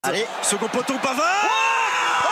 Allez, second poteau, Pavard.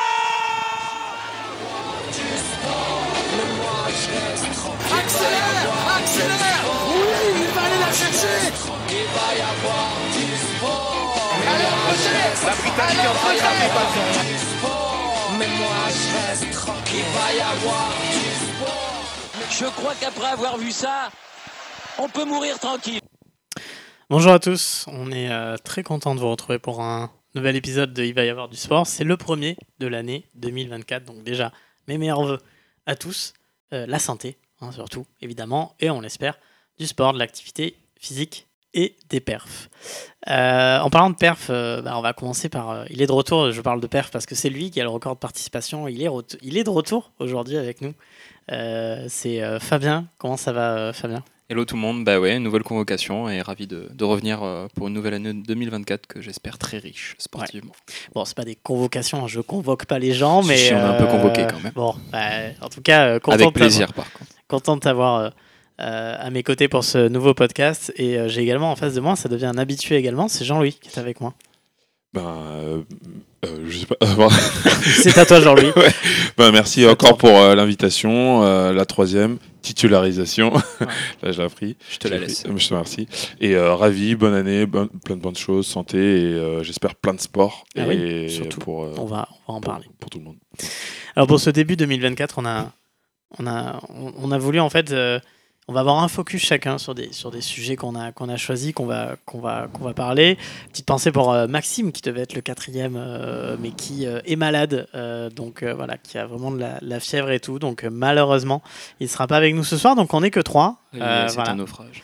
Accélère. Oui, il va aller la chercher. Il va y avoir du sport. Alors peut-être. La Britannique est en train de taper pas Du sport. Mais moi je reste tranquille. Il va y avoir du sport. Je crois qu'après avoir vu ça, on peut mourir tranquille. Bonjour à tous, on est très content de vous retrouver pour un nouvel épisode de Il va y avoir du sport. C'est le premier de l'année 2024, donc déjà mes meilleurs vœux à tous, la santé surtout évidemment, et on l'espère du sport, de l'activité physique et des perfs. En parlant de perfs, on va commencer par... il est de retour, je parle de perfs parce que c'est lui qui a le record de participation, il est de retour aujourd'hui avec nous. C'est Fabien, comment ça va Fabien ? Hello tout le monde, bah ouais, nouvelle convocation et ravi de revenir pour une nouvelle année 2024 que j'espère très riche sportivement. Ouais. Bon, c'est pas des convocations, je convoque pas les gens, mais... Si, on est un peu convoqué quand même. Bon, en tout cas, avec plaisir par contre. Content de t'avoir à mes côtés pour ce nouveau podcast. Et j'ai également en face de moi, ça devient un habitué également, c'est Jean-Louis qui est avec moi. Je sais pas. C'est à toi Jean-Louis. Ouais. Merci encore pour l'invitation, la troisième titularisation. Ouais. Là, je l'ai appris. Je te la laisse. Je te remercie. Et ravi, bonne année, plein de bonnes choses, santé et j'espère plein de sport. Ah et oui, surtout. On va en parler. Pour tout le monde. Alors pour ce début 2024, on a voulu en fait... on va avoir un focus chacun sur des sujets qu'on a choisis, qu'on va parler. Petite pensée pour Maxime, qui devait être le 4e, mais qui est malade, qui a vraiment de la fièvre et tout. Donc malheureusement, il ne sera pas avec nous ce soir, donc on n'est que 3. C'est un naufrage.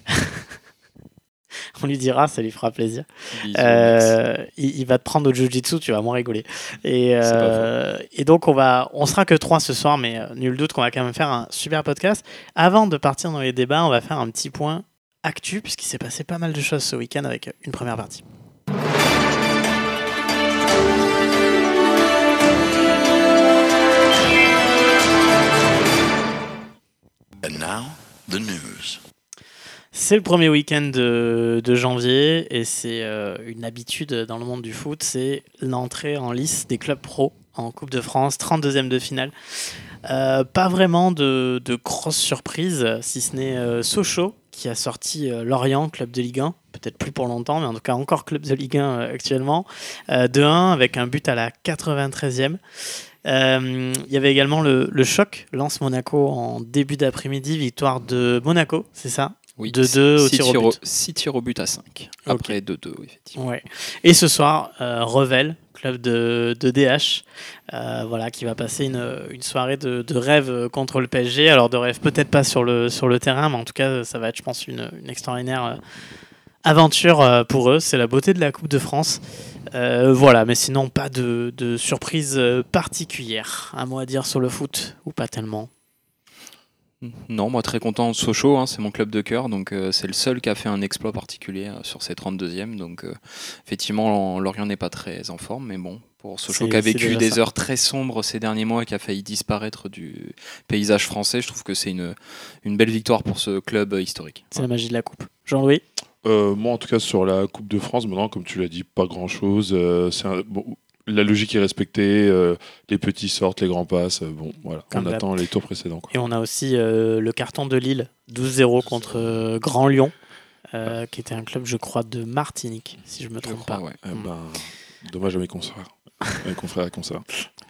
On lui dira, ça lui fera plaisir. Il va te prendre au jiu-jitsu, tu vas moins rigoler. Et donc, on sera que 3 ce soir, mais nul doute qu'on va quand même faire un super podcast. Avant de partir dans les débats, on va faire un petit point actu, puisqu'il s'est passé pas mal de choses ce week-end avec une première partie. And now, the news. C'est le premier week-end de janvier et c'est une habitude dans le monde du foot, c'est l'entrée en lice des clubs pro en Coupe de France, 32e de finale. Pas vraiment de grosses surprises, si ce n'est Sochaux qui a sorti Lorient, club de Ligue 1, peut-être plus pour longtemps, mais en tout cas encore club de Ligue 1 actuellement, 2-1 avec un but à la 93e. Il y avait également le choc Lens-Monaco en début d'après-midi, victoire de Monaco, c'est ça ? Oui, 2-2 au tir au but. 6 tirs au but à 5. Après 2-2, effectivement. Ouais. Et ce soir, Revel, club de DH, qui va passer une soirée de rêve contre le PSG. Alors de rêve peut-être pas sur le terrain, mais en tout cas, ça va être, je pense, une extraordinaire aventure pour eux. C'est la beauté de la Coupe de France. Mais sinon, pas de surprise particulière. Un mot à dire sur le foot, ou pas tellement? Non, moi très content de Sochaux, c'est mon club de cœur, donc c'est le seul qui a fait un exploit particulier sur ses 32e, donc effectivement Lorient n'est pas très en forme, mais bon, pour Sochaux qui a vécu des heures très sombres ces derniers mois et qui a failli disparaître du paysage français, je trouve que c'est une belle victoire pour ce club historique. C'est la magie de la Coupe. Jean-Louis ? Moi, en tout cas, sur la Coupe de France, maintenant, comme tu l'as dit, pas grand-chose. La logique est respectée, les petits sortent, les grands passent. On attend les tours précédents. Quoi. Et on a aussi le carton de Lille, 12-0 contre Grand Lyon, qui était un club, je crois, de Martinique, si je ne me trompe pas. Ouais. Dommage à mes confrères. Mes confrères et consoeurs.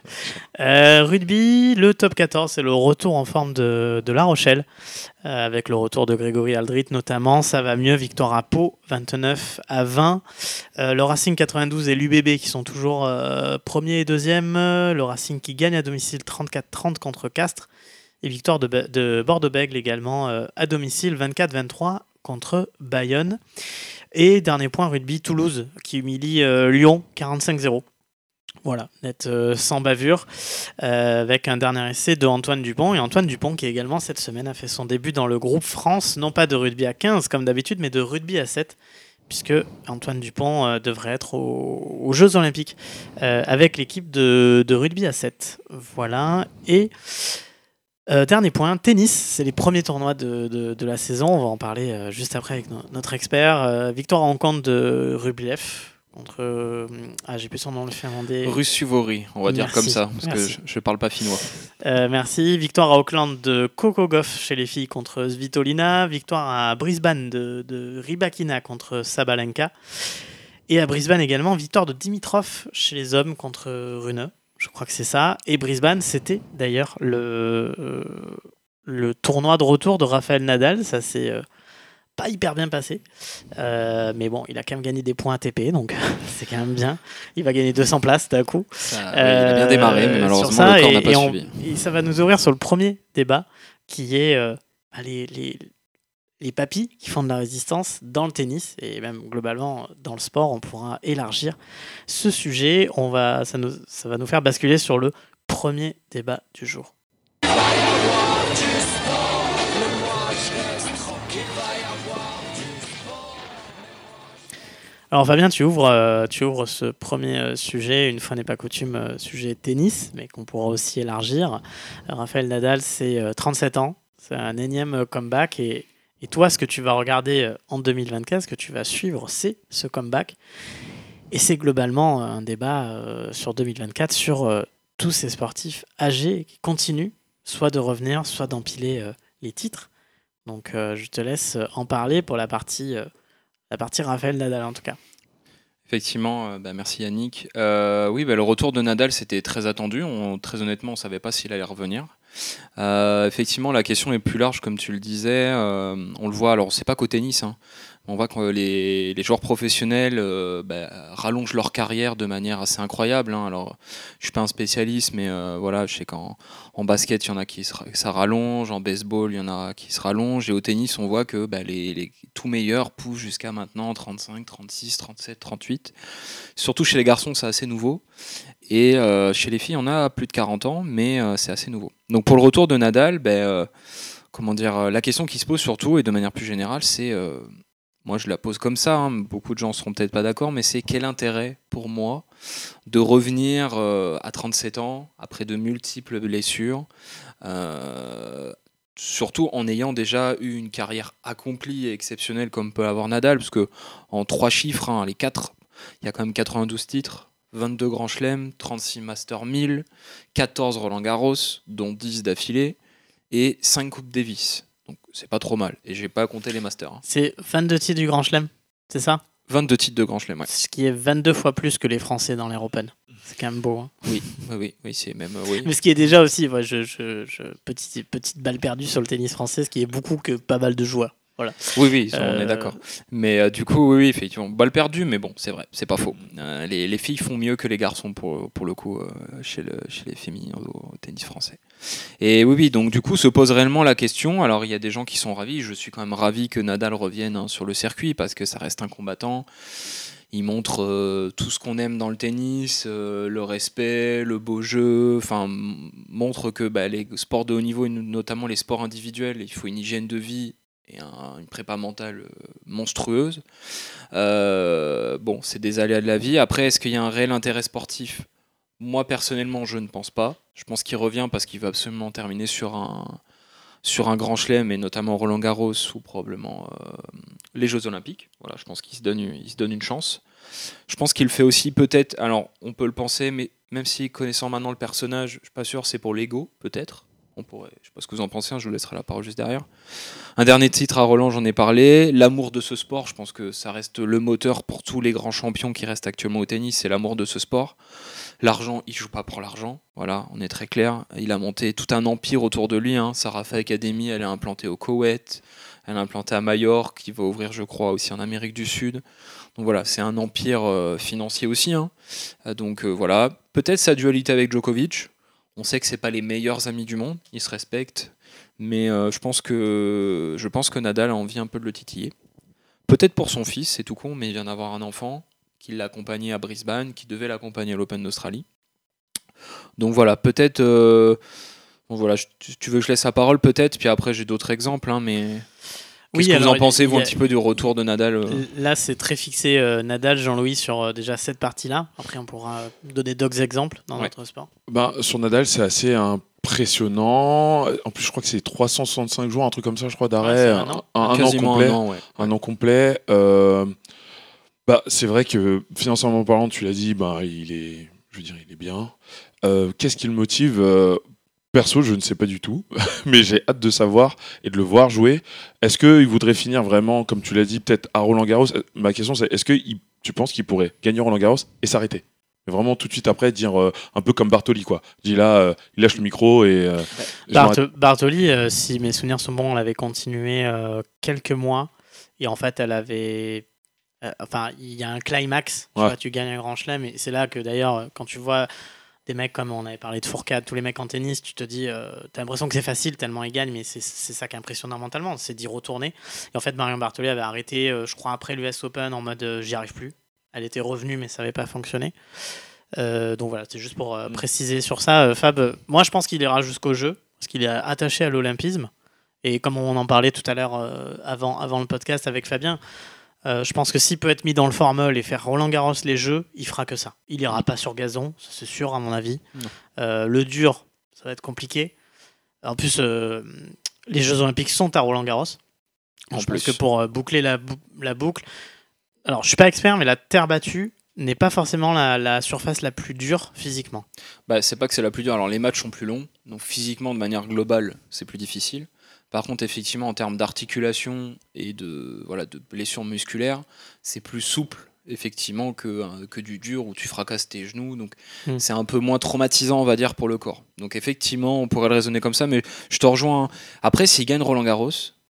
Rugby, le top 14, c'est le retour en forme de La Rochelle, avec le retour de Grégory Aldrit notamment. Ça va mieux, victoire à Pau, 29-20. Le Racing 92 et l'UBB qui sont toujours premier et deuxième. Le Racing qui gagne à domicile 34-30 contre Castres. Et victoire de Bordeaux-Bègles également à domicile 24-23 contre Bayonne. Et dernier point, rugby, Toulouse qui humilie Lyon 45-0. Voilà, net sans bavure, avec un dernier essai de Antoine Dupont. Et Antoine Dupont qui également cette semaine a fait son début dans le groupe France, non pas de rugby à 15 comme d'habitude, mais de rugby à 7, puisque Antoine Dupont devrait être aux Jeux Olympiques avec l'équipe de rugby à 7. Voilà, et dernier point, tennis, c'est les premiers tournois de la saison, on va en parler juste après avec notre expert. Victoire en rencontre de Rublev, j'ai plus son nom, le finlandais. Rusuvori, on va dire Merci, comme ça, parce merci. que je parle pas finnois. Merci. Victoire à Auckland de Coco Gauff chez les filles contre Svitolina. Victoire à Brisbane de Rybakina contre Sabalenka. Et à Brisbane également, victoire de Dimitrov chez les hommes contre Rune. Je crois que c'est ça. Et Brisbane, c'était d'ailleurs le tournoi de retour de Rafael Nadal. Ça s'est pas hyper bien passé. Mais bon, il a quand même gagné des points ATP, donc c'est quand même bien. Il va gagner 200 places d'un coup. Il a bien démarré, mais malheureusement, le corps n'a pas suivi. Et ça va nous ouvrir sur le premier débat, qui est les papis qui font de la résistance dans le tennis, et même globalement dans le sport. On pourra élargir ce sujet. Ça va nous faire basculer sur le premier débat du jour. Alors Fabien, tu ouvres ce premier sujet, une fois n'est pas coutume, sujet tennis, mais qu'on pourra aussi élargir. Rafael Nadal, c'est 37 ans, c'est un énième comeback, et toi, ce que tu vas regarder en 2024, ce que tu vas suivre, c'est ce comeback. Et c'est globalement un débat sur 2024, sur tous ces sportifs âgés qui continuent soit de revenir, soit d'empiler les titres. Donc je te laisse en parler pour la partie Rafael Nadal en tout cas. Effectivement, merci Yannick. Oui, le retour de Nadal, c'était très attendu. Très honnêtement, on ne savait pas s'il allait revenir. Effectivement, la question est plus large, comme tu le disais. On le voit, alors c'est pas qu'au tennis, hein. On voit que les joueurs professionnels rallongent leur carrière de manière assez incroyable, hein. Alors, je suis pas un spécialiste, mais voilà, je sais qu'en basket, il y en a qui ça rallonge, en baseball, il y en a qui se rallongent, et au tennis, on voit que les tout meilleurs poussent jusqu'à maintenant 35, 36, 37, 38. Surtout chez les garçons, c'est assez nouveau. Et chez les filles, on a plus de 40 ans, mais c'est assez nouveau. Donc pour le retour de Nadal, la question qui se pose surtout, et de manière plus générale, c'est... moi, je la pose comme ça, hein. Beaucoup de gens ne seront peut-être pas d'accord, mais c'est quel intérêt pour moi de revenir à 37 ans, après de multiples blessures, surtout en ayant déjà eu une carrière accomplie et exceptionnelle comme peut l'avoir Nadal, parce que en 3 chiffres, hein, les 4, il y a quand même 92 titres, 22 Grands Chelems, 36 Master 1000, 14 Roland Garros, dont 10 d'affilée, et 5 Coupes Davis. Donc c'est pas trop mal. Et j'ai pas compté les Masters, hein. C'est 22 titres du Grand Chelem, c'est ça ? 22 titres de Grand Chelem, ouais. Ce qui est 22 fois plus que les Français dans l'Air Open. C'est quand même beau. Hein. Oui, c'est même... oui. Mais ce qui est déjà aussi, petite balle perdue sur le tennis français, ce qui est beaucoup que pas mal de joueurs. Voilà. Oui, on est d'accord. Mais du coup, oui, effectivement, balle perdue, mais bon, c'est vrai, c'est pas faux. Les filles font mieux que les garçons pour le coup chez les féminines au tennis français. Et oui, donc du coup se pose réellement la question. Alors il y a des gens qui sont ravis, je suis quand même ravi que Nadal revienne sur le circuit parce que ça reste un combattant. Il montre tout ce qu'on aime dans le tennis, le respect, le beau jeu, montre que les sports de haut niveau, et notamment les sports individuels, il faut une hygiène de vie et une prépa mentale monstrueuse. C'est des aléas de la vie. Après, est-ce qu'il y a un réel intérêt sportif ? Moi, personnellement, je ne pense pas. Je pense qu'il revient parce qu'il va absolument terminer sur un grand chelem, et notamment Roland Garros ou probablement les Jeux Olympiques. Voilà, je pense qu'il se donne une chance. Je pense qu'il le fait aussi peut-être, alors on peut le penser, mais même si connaissant maintenant le personnage, je suis pas sûr, c'est pour l'ego, peut-être. On pourrait, je sais pas ce que vous en pensez, je vous laisserai la parole juste derrière. Un dernier titre à Roland, j'en ai parlé. L'amour de ce sport, je pense que ça reste le moteur pour tous les grands champions qui restent actuellement au tennis, c'est l'amour de ce sport. L'argent, il joue pas pour l'argent, voilà, on est très clair. Il a monté tout un empire autour de lui, hein. Sa Rafa Academy, elle est implantée au Koweït, elle est implantée à Majorque, qui va ouvrir, je crois, aussi en Amérique du Sud. Donc voilà, c'est un empire financier aussi, hein. Donc voilà, peut-être sa dualité avec Djokovic. On sait que c'est pas les meilleurs amis du monde, ils se respectent, mais je pense que Nadal a envie un peu de le titiller. Peut-être pour son fils, c'est tout con, mais il vient d'avoir un enfant qui l'a accompagné à Brisbane, qui devait l'accompagner à l'Open d'Australie. Donc voilà, peut-être... tu veux que je laisse la parole peut-être, puis après j'ai d'autres exemples, hein, mais... Qu'est-ce que vous en pensez, vous, un petit peu du retour de Nadal Là, c'est très fixé Nadal, Jean-Louis, sur déjà cette partie-là. Après, on pourra donner d'autres exemples dans notre sport. Sur Nadal, c'est assez impressionnant. En plus, je crois que c'est 365 jours, un truc comme ça, je crois, d'arrêt. Un an complet. Un an complet. Bah, c'est vrai que financièrement parlant, tu l'as dit, bah, il est bien. Qu'est-ce qui le motive Perso, je ne sais pas du tout, mais j'ai hâte de savoir et de le voir jouer. Est-ce qu'il voudrait finir vraiment, comme tu l'as dit, peut-être à Roland-Garros? Ma question, c'est est-ce que tu penses qu'il pourrait gagner Roland-Garros et s'arrêter? Mais vraiment tout de suite après, dire un peu comme Bartoli, quoi. Il lâche le micro et... Bartoli, si mes souvenirs sont bons, elle avait continué quelques mois et en fait, elle avait... il y a un climax, tu gagnes un grand chelem et c'est là que d'ailleurs, quand tu vois des mecs comme on avait parlé de Fourcade, tous les mecs en tennis, tu te dis, t'as l'impression que c'est facile tellement ils gagnent, mais c'est ça qui est impressionnant mentalement, c'est d'y retourner. Et en fait, Marion Bartoli avait arrêté, je crois, après l'US Open en mode j'y arrive plus. Elle était revenue, mais ça n'avait pas fonctionné. Donc voilà, c'est juste pour préciser sur ça. Fab, moi je pense qu'il ira jusqu'au jeu, parce qu'il est attaché à l'olympisme. Et comme on en parlait tout à l'heure avant le podcast avec Fabien, je pense que s'il peut être mis dans le formol et faire Roland-Garros les jeux, il fera que ça. Il ira pas sur gazon, ça, c'est sûr à mon avis. Le dur, ça va être compliqué. En plus, les Jeux Olympiques sont à Roland-Garros. Je pense que pour boucler la boucle, alors je suis pas expert, mais la terre battue n'est pas forcément la surface la plus dure physiquement. Bah, c'est pas que c'est la plus dure. Alors les matchs sont plus longs, donc physiquement de manière globale, c'est plus difficile. Par contre, effectivement, en termes d'articulation et de blessures musculaires, c'est plus souple, effectivement, que du dur où tu fracasses tes genoux. Donc, c'est un peu moins traumatisant, on va dire, pour le corps. Donc, effectivement, on pourrait le raisonner comme ça, mais je te rejoins. Après, s'il gagne Roland-Garros,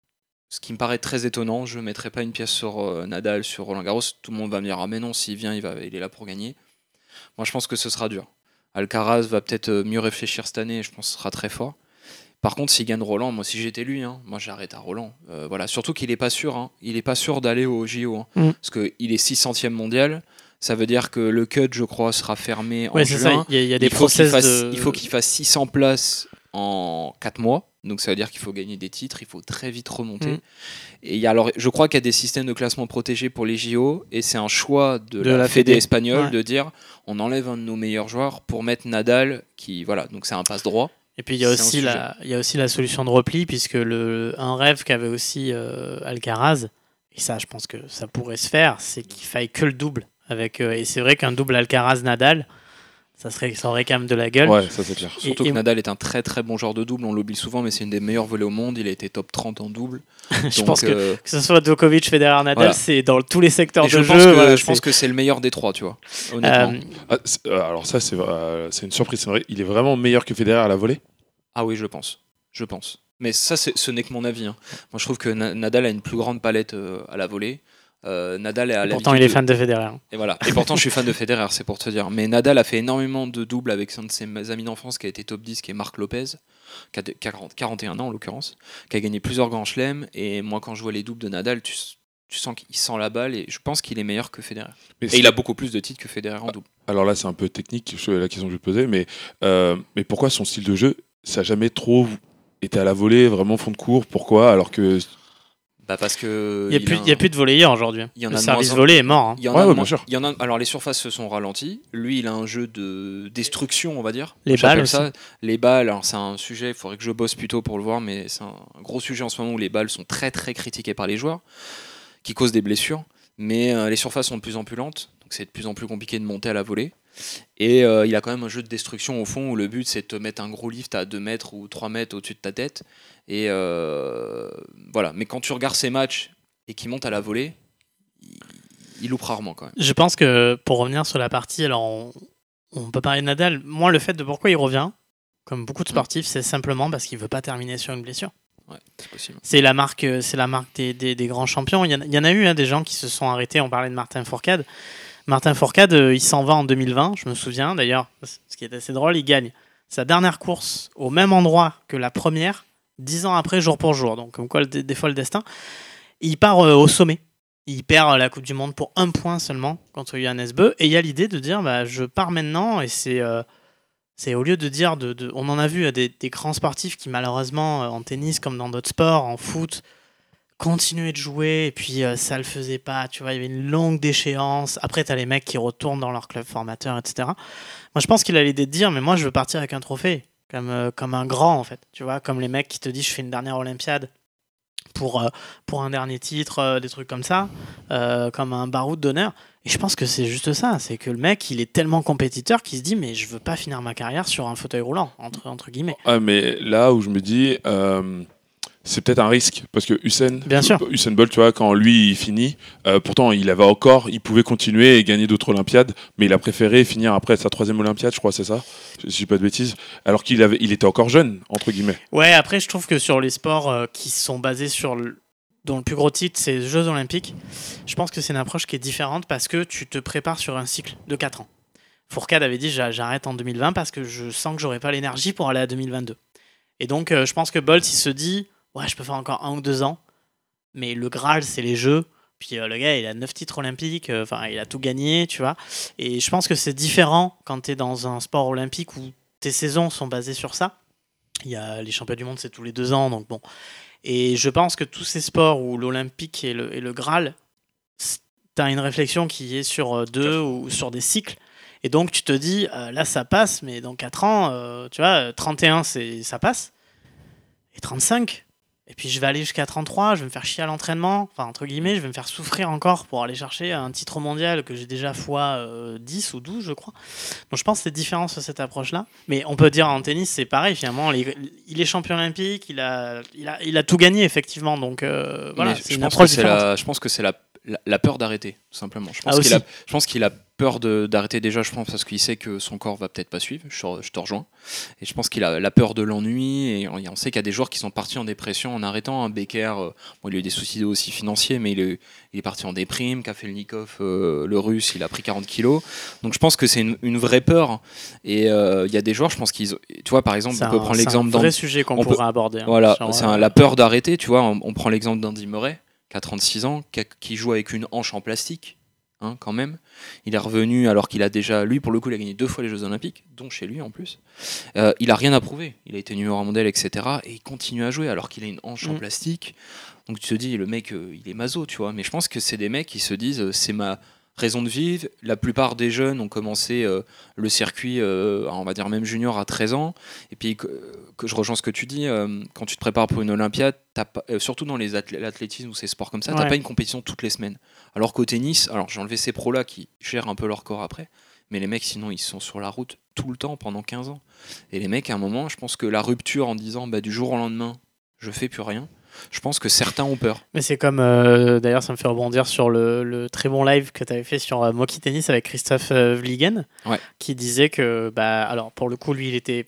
ce qui me paraît très étonnant, je ne mettrai pas une pièce sur Nadal, sur Roland-Garros. Tout le monde va me dire « Ah, mais non, s'il vient, il est là pour gagner. » Moi, je pense que ce sera dur. Alcaraz va peut-être mieux réfléchir cette année, je pense que ce sera très fort. Par contre, s'il gagne Roland, moi si j'étais lui, moi j'arrête à Roland. Voilà. Surtout qu'il n'est pas sûr, il n'est pas sûr d'aller au JO. Parce qu'il est 600e mondial, ça veut dire que le cut, je crois, sera fermé en juin. Ça. Il y a des process il faut qu'il fasse 600 places en 4 mois. Donc ça veut dire qu'il faut gagner des titres, il faut très vite remonter. Et alors, je crois qu'il y a des systèmes de classement protégés pour les JO, et c'est un choix de la Fédé espagnole de dire on enlève un de nos meilleurs joueurs pour mettre Nadal, qui voilà, donc c'est un passe-droit. Et puis il y a aussi la solution de repli, puisque un rêve qu'avait aussi Alcaraz, et ça je pense que ça pourrait se faire, c'est qu'il faille que le double. Et c'est vrai qu'un double Alcaraz-Nadal, ça aurait quand même de la gueule. Ouais, ça c'est clair. Surtout que Nadal est un très très bon joueur de double, on l'oublie souvent, mais c'est une des meilleures volées au monde, il a été top 30 en double. Je pense que ce soit Djokovic, Federer, Nadal, c'est dans tous les secteurs de jeu. Je pense que c'est le meilleur des trois, tu vois, honnêtement. Alors ça c'est une surprise, c'est vrai, il est vraiment meilleur que Federer à la volée? Ah oui, je pense. Mais ça, ce n'est que mon avis. Moi, je trouve que Nadal a une plus grande palette à la volée. Nadal est pourtant, il est fan de Federer. Et voilà. Et pourtant, je suis fan de Federer, c'est pour te dire. Mais Nadal a fait énormément de doubles avec un de ses amis d'enfance qui a été top 10, qui est Marc Lopez, qui a 41 ans en l'occurrence, qui a gagné plusieurs grands chelems. Et moi, quand je vois les doubles de Nadal, tu sens qu'il sent la balle, et je pense qu'il est meilleur que Federer. Et il a beaucoup plus de titres que Federer en double. Alors là, c'est un peu technique, la question que je posais, mais pourquoi son style de jeu, ça n'a jamais trop été à la volée, vraiment fond de cours? Pourquoi? Alors que... parce que il n'y a plus de volleyeur aujourd'hui. Le service volé est mort. Bien sûr. Alors les surfaces se sont ralenties. Lui, il a un jeu de destruction, on va dire. Les balles aussi. Les balles, alors c'est un sujet, il faudrait que je bosse plutôt pour le voir, mais c'est un gros sujet en ce moment où les balles sont très très critiquées par les joueurs, qui causent des blessures. Mais les surfaces sont de plus en plus lentes, donc c'est de plus en plus compliqué de monter à la volée. Et il a quand même un jeu de destruction au fond où le but c'est de te mettre un gros lift à 2 mètres ou 3 mètres au-dessus de ta tête. Et voilà. Mais quand tu regardes ses matchs et qu'il monte à la volée, il loupe rarement quand même. Je pense que pour revenir sur la partie, alors on peut parler de Nadal. Moi, le fait de pourquoi il revient, comme beaucoup de sportifs, c'est simplement parce qu'il veut pas terminer sur une blessure. Ouais, c'est possible. C'est la marque des grands champions. Il y en a eu des gens qui se sont arrêtés. On parlait de Martin Fourcade. Martin Fourcade, il s'en va en 2020, je me souviens. D'ailleurs, ce qui est assez drôle, il gagne sa dernière course au même endroit que la première, 10 ans après, jour pour jour. Donc, comme quoi, des fois, le destin. Il part au sommet. Il perd la Coupe du Monde pour 1 point seulement contre Johannes Beu. Et il y a l'idée de dire, je pars maintenant. Et c'est au lieu de dire... on en a vu des grands sportifs qui, malheureusement, en tennis comme dans d'autres sports, en foot... continuer de jouer, et puis ça le faisait pas, tu vois, il y avait une longue déchéance. Après, t'as les mecs qui retournent dans leur club formateur, etc. Moi, je pense qu'il a l'idée de dire, mais moi, je veux partir avec un trophée, comme un grand, en fait, tu vois, comme les mecs qui te disent, je fais une dernière Olympiade pour un dernier titre, des trucs comme ça, comme un baroud d'honneur. Et je pense que c'est juste ça, c'est que le mec, il est tellement compétiteur qu'il se dit mais je veux pas finir ma carrière sur un fauteuil roulant, entre guillemets. Ah, mais là où je me dis, c'est peut-être un risque, parce que Usain Bolt, tu vois, quand lui il finit, pourtant il pouvait continuer et gagner d'autres Olympiades, mais il a préféré finir après sa 3e Olympiade, je crois, c'est ça, si je dis pas de bêtises, alors il était encore jeune, entre guillemets. Ouais, après je trouve que sur les sports qui sont basés dont le plus gros titre c'est les Jeux Olympiques, je pense que c'est une approche qui est différente parce que tu te prépares sur un cycle de 4 ans. Fourcade avait dit j'arrête en 2020 parce que je sens que j'aurai pas l'énergie pour aller à 2022. Et donc je pense que Bolt il se dit ouais, je peux faire encore 1 ou 2 ans, mais le Graal, c'est les Jeux. Puis le gars, il a 9 titres olympiques, il a tout gagné, tu vois. Et je pense que c'est différent quand tu es dans un sport olympique où tes saisons sont basées sur ça. Il y a les championnats du monde, c'est tous les 2 ans, donc bon. Et je pense que tous ces sports où l'olympique et le Graal, tu as une réflexion qui est sur 2 ou sur des cycles. Et donc tu te dis, là ça passe, mais dans 4 ans, tu vois, 31, ça passe. Et 35. Et puis je vais aller jusqu'à 33, je vais me faire chier à l'entraînement, entre guillemets, je vais me faire souffrir encore pour aller chercher un titre mondial que j'ai déjà fois 10 ou 12, je crois. Donc je pense que c'est différent sur cette approche-là. Mais on peut dire en tennis, c'est pareil, finalement. Il est champion olympique, il a tout gagné, effectivement. Donc voilà, c'est une approche différente. Je pense que c'est la peur d'arrêter, tout simplement. Je pense qu'il a peur d'arrêter déjà, je pense, parce qu'il sait que son corps va peut-être pas suivre, je te rejoins. Et je pense qu'il a la peur de l'ennui, et on sait qu'il y a des joueurs qui sont partis en dépression en arrêtant. Becker, il a eu des soucis aussi financiers, mais il est parti en déprime. Kafelnikov, le russe, il a pris 40 kilos. Donc je pense que c'est une vraie peur. Et il y a des joueurs, je pense qu'ils... Tu vois, par exemple, on peut prendre l'exemple... C'est un vrai sujet qu'on pourrait aborder. Voilà, la peur d'arrêter, tu vois, on prend l'exemple d'Andy Murray, qui a 36 ans, qui joue avec une hanche en plastique. Quand même. Il est revenu alors qu'il a déjà, lui pour le coup, il a gagné 2 fois les Jeux Olympiques, dont chez lui en plus. Il a rien à prouver. Il a été numéro 1 mondial, etc. Et il continue à jouer alors qu'il a une hanche en plastique. Donc tu te dis, le mec, il est maso, tu vois. Mais je pense que c'est des mecs qui se disent, c'est ma raison de vivre. La plupart des jeunes ont commencé le circuit, on va dire même junior à 13 ans. Et puis, que je rejoins ce que tu dis, quand tu te prépares pour une Olympiade, surtout dans l'athlétisme ou ces sports comme ça, t'as pas une compétition toutes les semaines. Alors qu'au tennis, j'ai enlevé ces pros-là qui gèrent un peu leur corps après, mais les mecs, sinon, ils sont sur la route tout le temps pendant 15 ans. Et les mecs, à un moment, je pense que la rupture en disant du jour au lendemain, je fais plus rien, je pense que certains ont peur. Mais c'est comme, d'ailleurs, ça me fait rebondir sur le très bon live que tu avais fait sur Moki Tennis avec Christophe Vliegen, qui disait que, alors pour le coup, lui, il était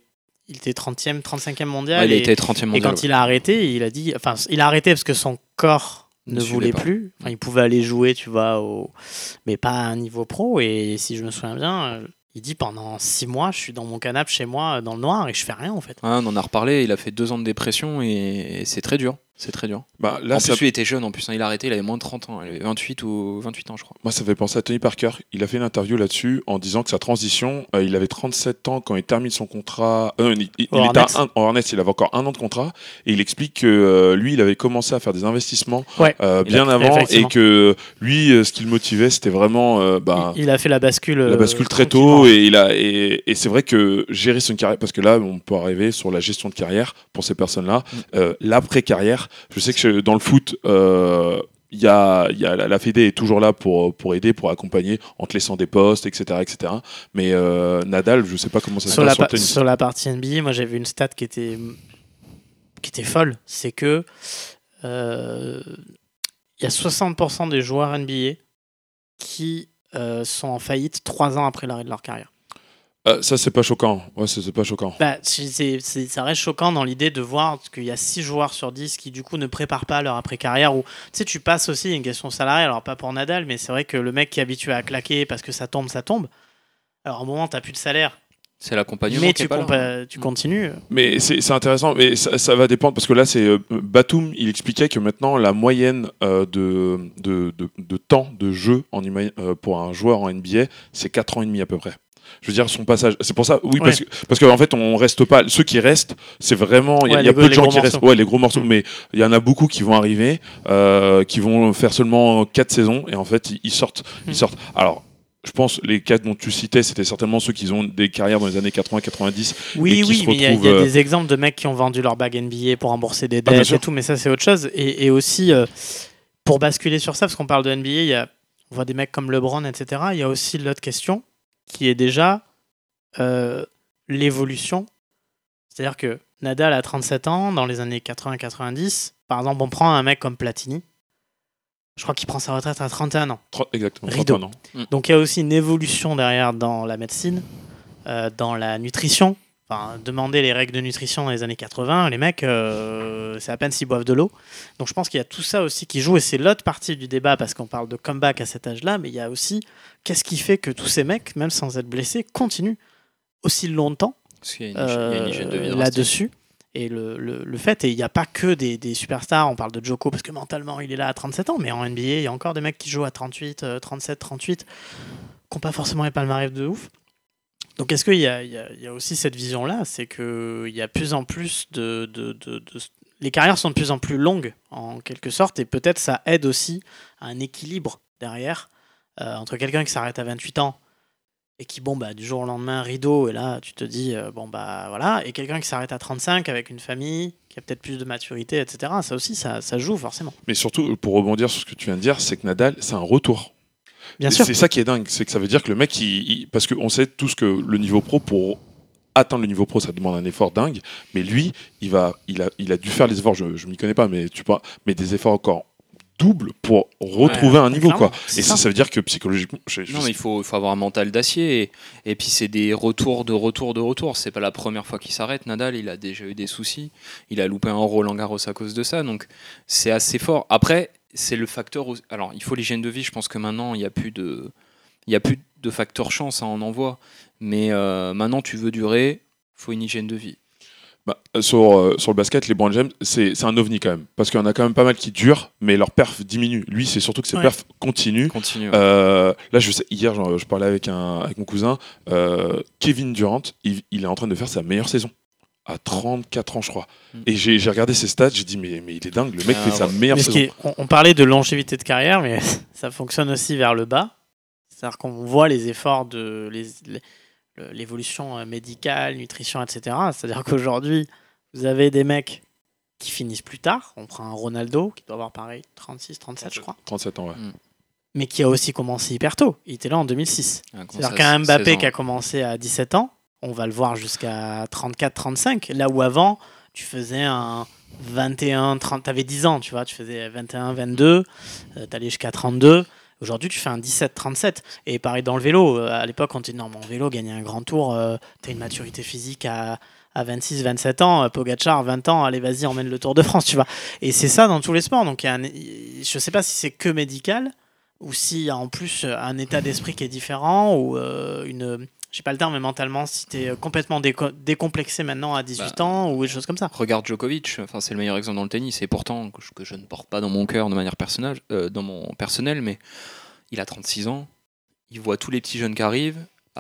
30e, 35e mondial. Il était 30e mondial. Et quand il a arrêté, il a dit, il a arrêté parce que son corps ne voulait plus. Il pouvait aller jouer, tu vois, mais pas à un niveau pro. Et si je me souviens bien, il dit pendant 6 mois, je suis dans mon canapé chez moi dans le noir et je fais rien en fait. On en a reparlé. Il a fait 2 ans de dépression et c'est très dur. C'est très dur. Là, en plus, lui était jeune. En plus, il a arrêté. Il avait moins de 30 ans. Il avait 28 ans, je crois. Moi, ça fait penser à Tony Parker. Il a fait une interview là-dessus en disant que sa transition, il avait 37 ans quand il termine son contrat. Il était en Hornets, il avait encore 1 an de contrat. Et il explique que lui, il avait commencé à faire des investissements bien avant. Et que lui, ce qui le motivait, c'était vraiment. Il a fait la bascule très tôt. Et c'est vrai que gérer son carrière, parce que là, on peut arriver sur la gestion de carrière pour ces personnes-là. L'après-carrière. Je sais que dans le foot, la Fédé est toujours là pour aider, pour accompagner en te laissant des postes, etc. Mais Nadal, je ne sais pas comment ça se passe sur la partie NBA. Moi, j'avais une stat qui était folle. C'est que il y a 60% des joueurs NBA qui sont en faillite 3 ans après l'arrêt de leur carrière. Ça, c'est pas choquant. Ouais, c'est pas choquant. Ça reste choquant dans l'idée de voir qu'il y a 6 joueurs sur 10 qui, du coup, ne préparent pas leur après-carrière. Ou, tu passes aussi une question salariale. Alors, pas pour Nadal, mais c'est vrai que le mec qui est habitué à claquer parce que ça tombe. Alors, au moment où tu n'as plus de salaire, c'est l'accompagnement mais qui est pas là. tu continues. Mais c'est intéressant, mais ça va dépendre, parce que là, c'est Batum, il expliquait que maintenant, la moyenne de temps de jeu pour un joueur en NBA, c'est 4 ans et demi à peu près. Je veux dire, son passage, c'est pour ça, oui, parce qu'en fait, on reste pas. Ceux qui restent, c'est vraiment, il y a peu de gens qui restent. Ouais, les gros morceaux, mais il y en a beaucoup qui vont arriver, qui vont faire seulement 4 saisons, et en fait, ils sortent. Alors, je pense les cas dont tu citais, c'était certainement ceux qui ont des carrières dans les années 80-90. Oui, et qui se mais il y a retrouvent, des exemples de mecs qui ont vendu leur bague NBA pour rembourser des bien dettes sûr. et tout, mais ça, c'est autre chose. Et aussi, pour basculer sur ça, parce qu'on parle de NBA, on voit des mecs comme LeBron, etc. Il y a aussi l'autre question qui est déjà l'évolution. C'est-à-dire que Nadal a 37 ans, dans les années 80-90. Par exemple, on prend un mec comme Platini. Je crois qu'il prend sa retraite à 31 ans. Exactement, Rideau. 31 ans. Donc il y a aussi une évolution derrière dans la médecine, dans la nutrition. Enfin, demander les règles de nutrition dans les années 80, les mecs, c'est à peine s'ils boivent de l'eau. Donc je pense qu'il y a tout ça aussi qui joue, et c'est l'autre partie du débat, parce qu'on parle de comeback à cet âge-là, mais il y a aussi qu'est-ce qui fait que tous ces mecs, même sans être blessés, continuent aussi longtemps Parce qu'il y a une hygiène de vie drastique. là-dessus. Et le fait, et il n'y a pas que des superstars, on parle de Djoko parce que mentalement il est là à 37 ans, mais en NBA il y a encore des mecs qui jouent à 38, 37, 38, qui n'ont pas forcément les palmarès de ouf. Donc est-ce qu'il y a aussi cette vision-là, c'est qu'il y a plus en plus les carrières sont de plus en plus longues en quelque sorte, et peut-être ça aide aussi à un équilibre derrière entre quelqu'un qui s'arrête à 28 ans et qui, du jour au lendemain, rideau, et là, tu te dis, voilà, et quelqu'un qui s'arrête à 35 avec une famille, qui a peut-être plus de maturité, etc. Ça aussi, ça joue forcément. Mais surtout, pour rebondir sur ce que tu viens de dire, c'est que Nadal, c'est un retour. Bien Et sûr. c'est ça qui est dingue, c'est que ça veut dire que le mec, parce qu'on sait tous que le niveau pro, pour atteindre le niveau pro, ça demande un effort dingue, mais lui, il a dû faire les efforts, je m'y connais pas, mais mais des efforts encore double pour retrouver un niveau, clairement, quoi. c'est Et ça. ça veut dire que psychologiquement, Non, mais il faut avoir un mental d'acier. Et puis, c'est des retours de retour. C'est pas la première fois qu'il s'arrête. Nadal, il a déjà eu des soucis. Il a loupé un Roland Garros à cause de ça. Donc, c'est assez fort. Après, c'est le facteur. Alors, il faut l'hygiène de vie. Je pense que maintenant, il n'y a plus de facteur chance, hein, on en voit. Mais maintenant, tu veux durer, il faut une hygiène de vie. sur le basket, les LeBron James, c'est un ovni quand même. Parce qu'il y en a quand même pas mal qui durent, mais leur perf diminue. Lui, c'est surtout que ses perfs continuent. Continue. Là, je sais, hier, je parlais avec mon cousin. Kevin Durant, il est en train de faire sa meilleure saison. À 34 ans, je crois. Et j'ai regardé ses stats, j'ai dit, mais il est dingue, le mec fait sa meilleure Mais saison. on parlait de longévité de carrière, mais ça fonctionne aussi vers le bas. C'est-à-dire qu'on voit les efforts de l'évolution médicale, nutrition, etc. C'est-à-dire qu'aujourd'hui, vous avez des mecs qui finissent plus tard. On prend un Ronaldo, qui doit avoir pareil, 36, 37, je crois. 37 ans, ouais. Mais qui a aussi commencé hyper tôt. Il était là en 2006. C'est-à-dire qu'un 16 Mbappé ans. qui a commencé à 17 ans, on va le voir jusqu'à 34, 35. Là où avant, tu faisais un 21, 30, t'avais 10 ans, tu vois, tu faisais 21, 22, t'allais jusqu'à 32. Aujourd'hui, tu fais un 17, 37. Et pareil dans le vélo. À l'époque, on était non, mon vélo, gagner un grand tour, t'as une maturité physique à 26, 27 ans. Pogacar, 20 ans, allez, vas-y, emmène le Tour de France, tu vois. Et c'est ça dans tous les sports. Donc, je sais pas si c'est que médical ou s'il y a en plus un état d'esprit qui est différent ou j'ai pas le terme, mais mentalement, si t'es complètement décomplexé maintenant à 18 ans ou des choses comme ça. Regarde Djokovic, enfin, c'est le meilleur exemple dans le tennis, et pourtant, que je ne porte pas dans mon cœur de manière personnelle, mais il a 36 ans, il voit tous les petits jeunes qui arrivent,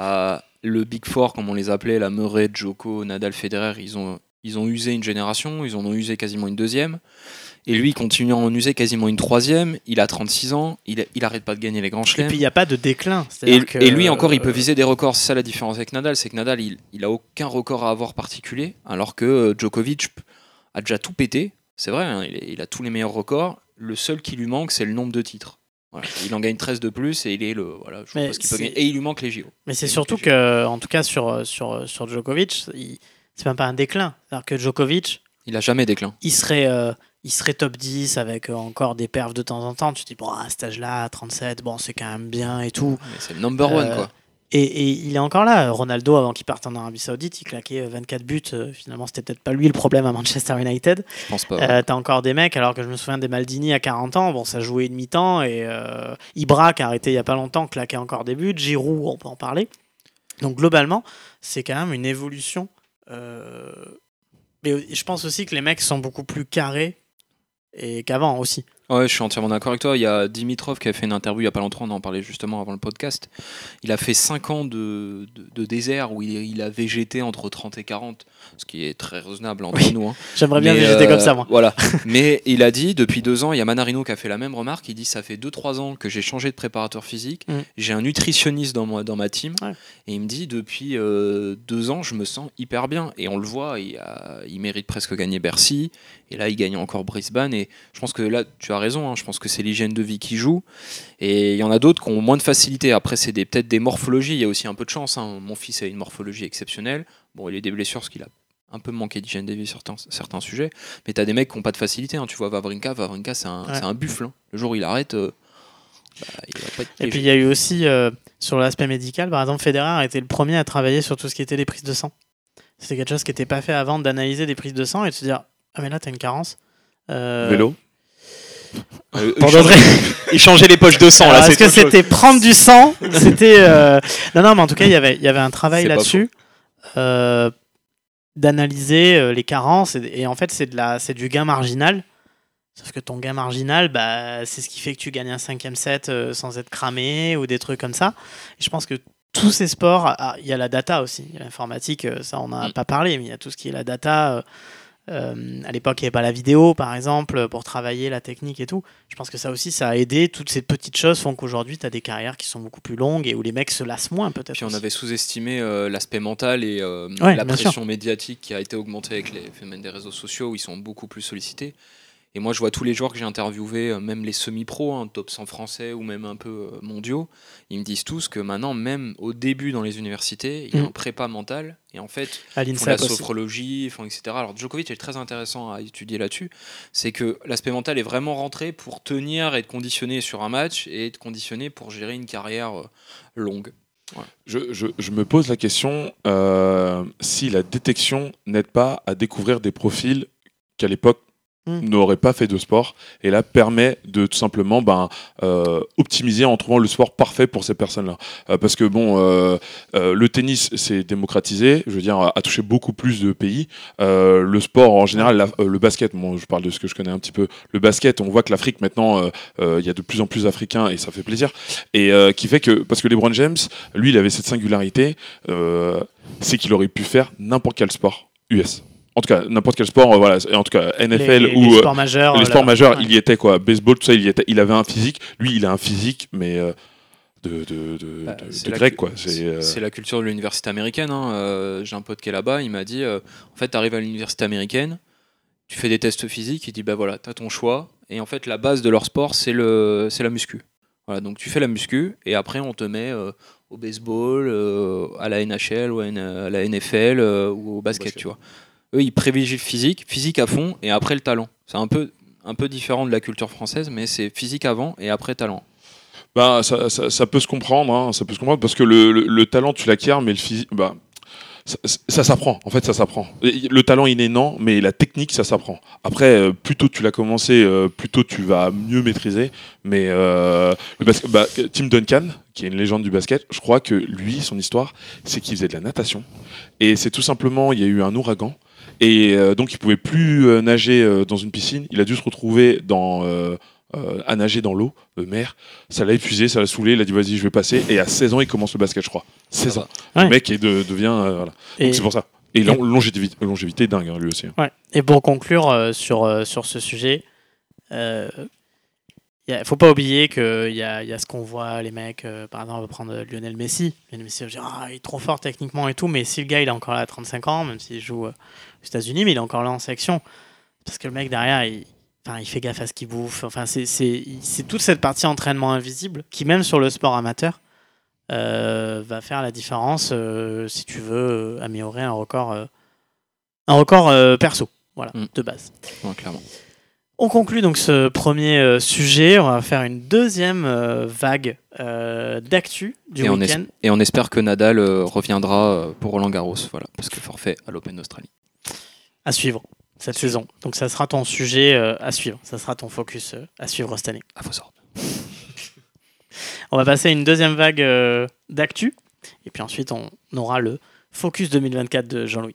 le Big Four, comme on les appelait, la Murray, Djoko, Nadal, Federer, ils ont usé une génération, ils en ont usé quasiment une deuxième, et lui, il continue à en user quasiment une troisième, il a 36 ans, il arrête pas de gagner les grands Et chelems. puis il n'y a pas de déclin. Et lui encore, il peut viser des records. C'est ça la différence avec Nadal, c'est que Nadal, il a aucun record à avoir particulier, alors que Djokovic a déjà tout pété. C'est vrai, hein, il a tous les meilleurs records. Le seul qui lui manque, c'est le nombre de titres. Voilà. Il en gagne 13 de plus et il est le. Voilà, je pense qu'il peut gagner. Et il lui manque les JO. Mais c'est surtout que, en tout cas, sur Djokovic, c'est même pas un déclin. C'est-à-dire que Djokovic, il a jamais déclin. Il serait top 10 avec encore des perfs de temps en temps. Tu te dis, bon, à cet âge-là, 37, bon, c'est quand même bien et tout. Mais c'est le number one, quoi. Et il est encore là. Ronaldo, avant qu'il parte en Arabie Saoudite, il claquait 24 buts. Finalement, c'était peut-être pas lui le problème à Manchester United. Je pense pas. Ouais. T'as encore des mecs, alors que je me souviens des Maldini à 40 ans. Bon, ça jouait demi-temps. Et Ibra, qui a arrêté il y a pas longtemps, claquait encore des buts. Giroud, on peut en parler. Donc, globalement, c'est quand même une évolution. Mais je pense aussi que les mecs sont beaucoup plus carrés et qu'avant aussi. Ouais, je suis entièrement d'accord avec toi. Il y a Dimitrov qui a fait une interview il n'y a pas longtemps, on en parlait justement avant le podcast. Il a fait 5 ans de désert où il a végété entre 30 et 40, ce qui est très raisonnable entre nous. Hein. J'aimerais bien végéter comme ça, moi. Voilà. Mais il a dit, depuis 2 ans, il y a Manarino qui a fait la même remarque. Il dit, ça fait 2-3 ans que j'ai changé de préparateur physique. J'ai un nutritionniste dans ma team. Ouais. Et il me dit, depuis 2 ans, je me sens hyper bien. Et on le voit, il mérite presque gagner Bercy. Et là, il gagne encore Brisbane. Et je pense que là, tu as raison. Hein, je pense que c'est l'hygiène de vie qui joue. Et il y en a d'autres qui ont moins de facilité. Après, c'est peut-être des morphologies. Il y a aussi un peu de chance. Hein. Mon fils a une morphologie exceptionnelle. Bon, il a des blessures parce qu'il a un peu manqué d'hygiène de vie sur certains sujets. Mais tu as des mecs qui n'ont pas de facilité. Hein. Tu vois, Wawrinka, c'est un buffle. Hein. Le jour où il arrête, il va pas être piégé. Et puis, il y a eu aussi, sur l'aspect médical, par exemple, Federer a été le premier à travailler sur tout ce qui était les prises de sang. C'était quelque chose qui n'était pas fait avant, d'analyser des prises de sang et de se dire « Ah mais là, t'as une carence. » Vélo. Échanger les poches de sang. Alors, là, est-ce que c'était prendre du sang? C'était non, mais en tout cas, il y avait un travail là-dessus d'analyser les carences et en fait, c'est du gain marginal. Sauf que ton gain marginal, c'est ce qui fait que tu gagnes un 5e set sans être cramé ou des trucs comme ça. Et je pense que tous ces sports, il y a la data aussi. Il y a l'informatique, ça on n'en a pas parlé, mais il y a tout ce qui est la data. À l'époque, il n'y avait pas la vidéo, par exemple, pour travailler la technique et tout. Je pense que ça aussi, ça a aidé. Toutes ces petites choses font qu'aujourd'hui, tu as des carrières qui sont beaucoup plus longues et où les mecs se lassent moins, peut-être. Puis on avait sous-estimé l'aspect mental et la pression médiatique qui a été augmentée avec les phénomènes des réseaux sociaux où ils sont beaucoup plus sollicités. Et moi, je vois tous les joueurs que j'ai interviewés, même les semi-pros, top 100 français ou même un peu mondiaux, ils me disent tous que maintenant, même au début dans les universités, il y a un prépa mental. Et en fait, ils font de la sophrologie, etc. Alors, Djokovic est très intéressant à étudier là-dessus. C'est que l'aspect mental est vraiment rentré pour tenir et être conditionné sur un match et être conditionné pour gérer une carrière longue. Ouais. Je me pose la question si la détection n'aide pas à découvrir des profils qu'à l'époque n'aurait pas fait de sport et là permet de tout simplement optimiser en trouvant le sport parfait pour ces personnes-là. Parce que le tennis s'est démocratisé, je veux dire, a touché beaucoup plus de pays. Le sport en général, le basket, je parle de ce que je connais un petit peu. Le basket, on voit que l'Afrique maintenant, il y a de plus en plus d'Africains et ça fait plaisir. Et qui fait que, parce que LeBron James, lui, il avait cette singularité, c'est qu'il aurait pu faire n'importe quel sport US. En tout cas, n'importe quel sport, voilà. En tout cas, NFL les sports majeurs. Les sports majeurs, il y était quoi. Baseball, tout ça, il y était. Il avait un physique. Lui, il a un physique, mais de grec, quoi. C'est la culture de l'université américaine. Hein. J'ai un pote qui est là-bas. Il m'a dit, en fait, tu arrives à l'université américaine, tu fais des tests physiques. Il dit, voilà, t'as ton choix. Et en fait, la base de leur sport, c'est la muscu. Voilà, donc tu fais la muscu, et après, on te met au baseball, à la NHL ou à la NFL ou au basket, tu vois. Eux, ils privilégient le physique à fond, et après le talent. C'est un peu différent de la culture française, mais c'est physique avant et après talent. Ça peut se comprendre, hein, ça peut se comprendre parce que le talent tu l'acquiers, mais le physique, ça s'apprend. En fait, ça s'apprend. Le talent il est non, mais la technique ça s'apprend. Après, plus tôt tu l'as commencé, plus tôt tu vas mieux maîtriser. Mais Tim Duncan, qui est une légende du basket, je crois que lui, son histoire, c'est qu'il faisait de la natation, et c'est tout simplement, il y a eu un ouragan. Et donc il pouvait plus nager dans une piscine. Il a dû se retrouver à nager dans l'eau de mer. Ça l'a épuisé, ça l'a saoulé. Il a dit vas-y, je vais passer. Et à 16 ans, il commence le basket, je crois. 16 ans. Ouais. Le mec devient voilà. Donc c'est pour ça. Et longévité dingue, hein, lui aussi. Ouais. Et pour conclure sur ce sujet, faut pas oublier qu'il y a ce qu'on voit, les mecs, par exemple, on va prendre Lionel Messi. Lionel Messi, il est trop fort techniquement et tout, mais si le gars il est encore là à 35 ans, même s'il joue aux États-Unis, mais il est encore là en sélection, parce que le mec derrière, il fait gaffe à ce qu'il bouffe. Enfin, c'est toute cette partie entraînement invisible qui, même sur le sport amateur, va faire la différence si tu veux améliorer un record perso, voilà, de base. Ouais, clairement. On conclut donc ce premier sujet. On va faire une deuxième vague d'actu du week-end. Et on espère que Nadal reviendra pour Roland Garros, voilà, parce que forfait à l'Open d'Australie. À suivre cette saison. Donc ça sera ton sujet à suivre. Ça sera ton focus à suivre cette année. À vos ordres. On va passer à une deuxième vague d'actu. Et puis ensuite, on aura le focus 2024 de Jean-Louis.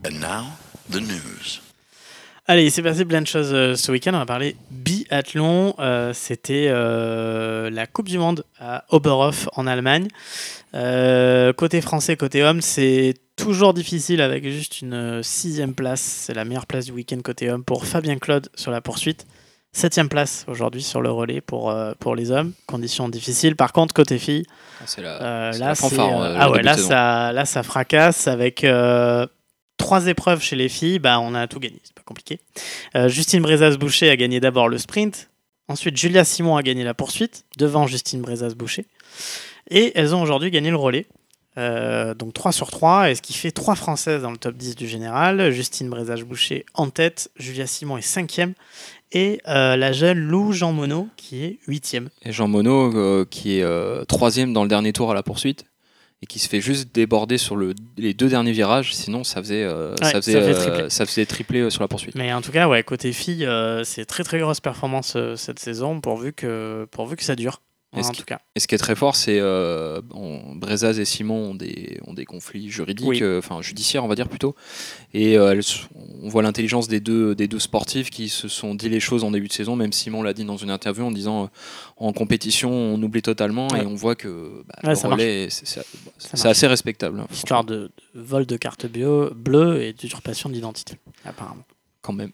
And now, the news. Allez, il s'est passé plein de choses ce week-end. On va parler biathlon. C'était la Coupe du Monde à Oberhof en Allemagne. Côté français, côté homme, c'est toujours difficile avec juste une 6e place. C'est la meilleure place du week-end côté homme pour Fabien Claude sur la poursuite. 7e place aujourd'hui sur le relais pour les hommes. Conditions difficiles. Par contre, côté filles, C'est là, la fanfare. là, ça fracasse avec 3 épreuves chez les filles. Bah, on a tout gagné, c'est pas compliqué. Justine Brezas-Boucher a gagné d'abord le sprint. Ensuite, Julia Simon a gagné la poursuite devant Justine Brezas-Boucher. Et elles ont aujourd'hui gagné le relais. Donc 3 sur 3, et ce qui fait 3 Françaises dans le top 10 du général. Justine Brezas-Boucher en tête, Julia Simon est 5e, et la jeune Lou Jean Monod qui est 8e. Et Jean Monod qui est 3e dans le dernier tour à la poursuite et qui se fait juste déborder sur les 2 derniers virages, sinon ça faisait triplé sur la poursuite. Mais en tout cas, ouais, côté filles, c'est très très grosse performance cette saison, pourvu que ça dure. En tout cas. Et ce qui est très fort, c'est Brezaz et Simon ont des conflits juridiques, judiciaires, on va dire plutôt. Et on voit l'intelligence des deux sportifs qui se sont dit les choses en début de saison. Même Simon l'a dit dans une interview en disant en compétition, on oublie totalement, et on voit que le relais, c'est assez respectable. Histoire de vol de carte bleue et d'usurpation d'identité, apparemment. Quand même.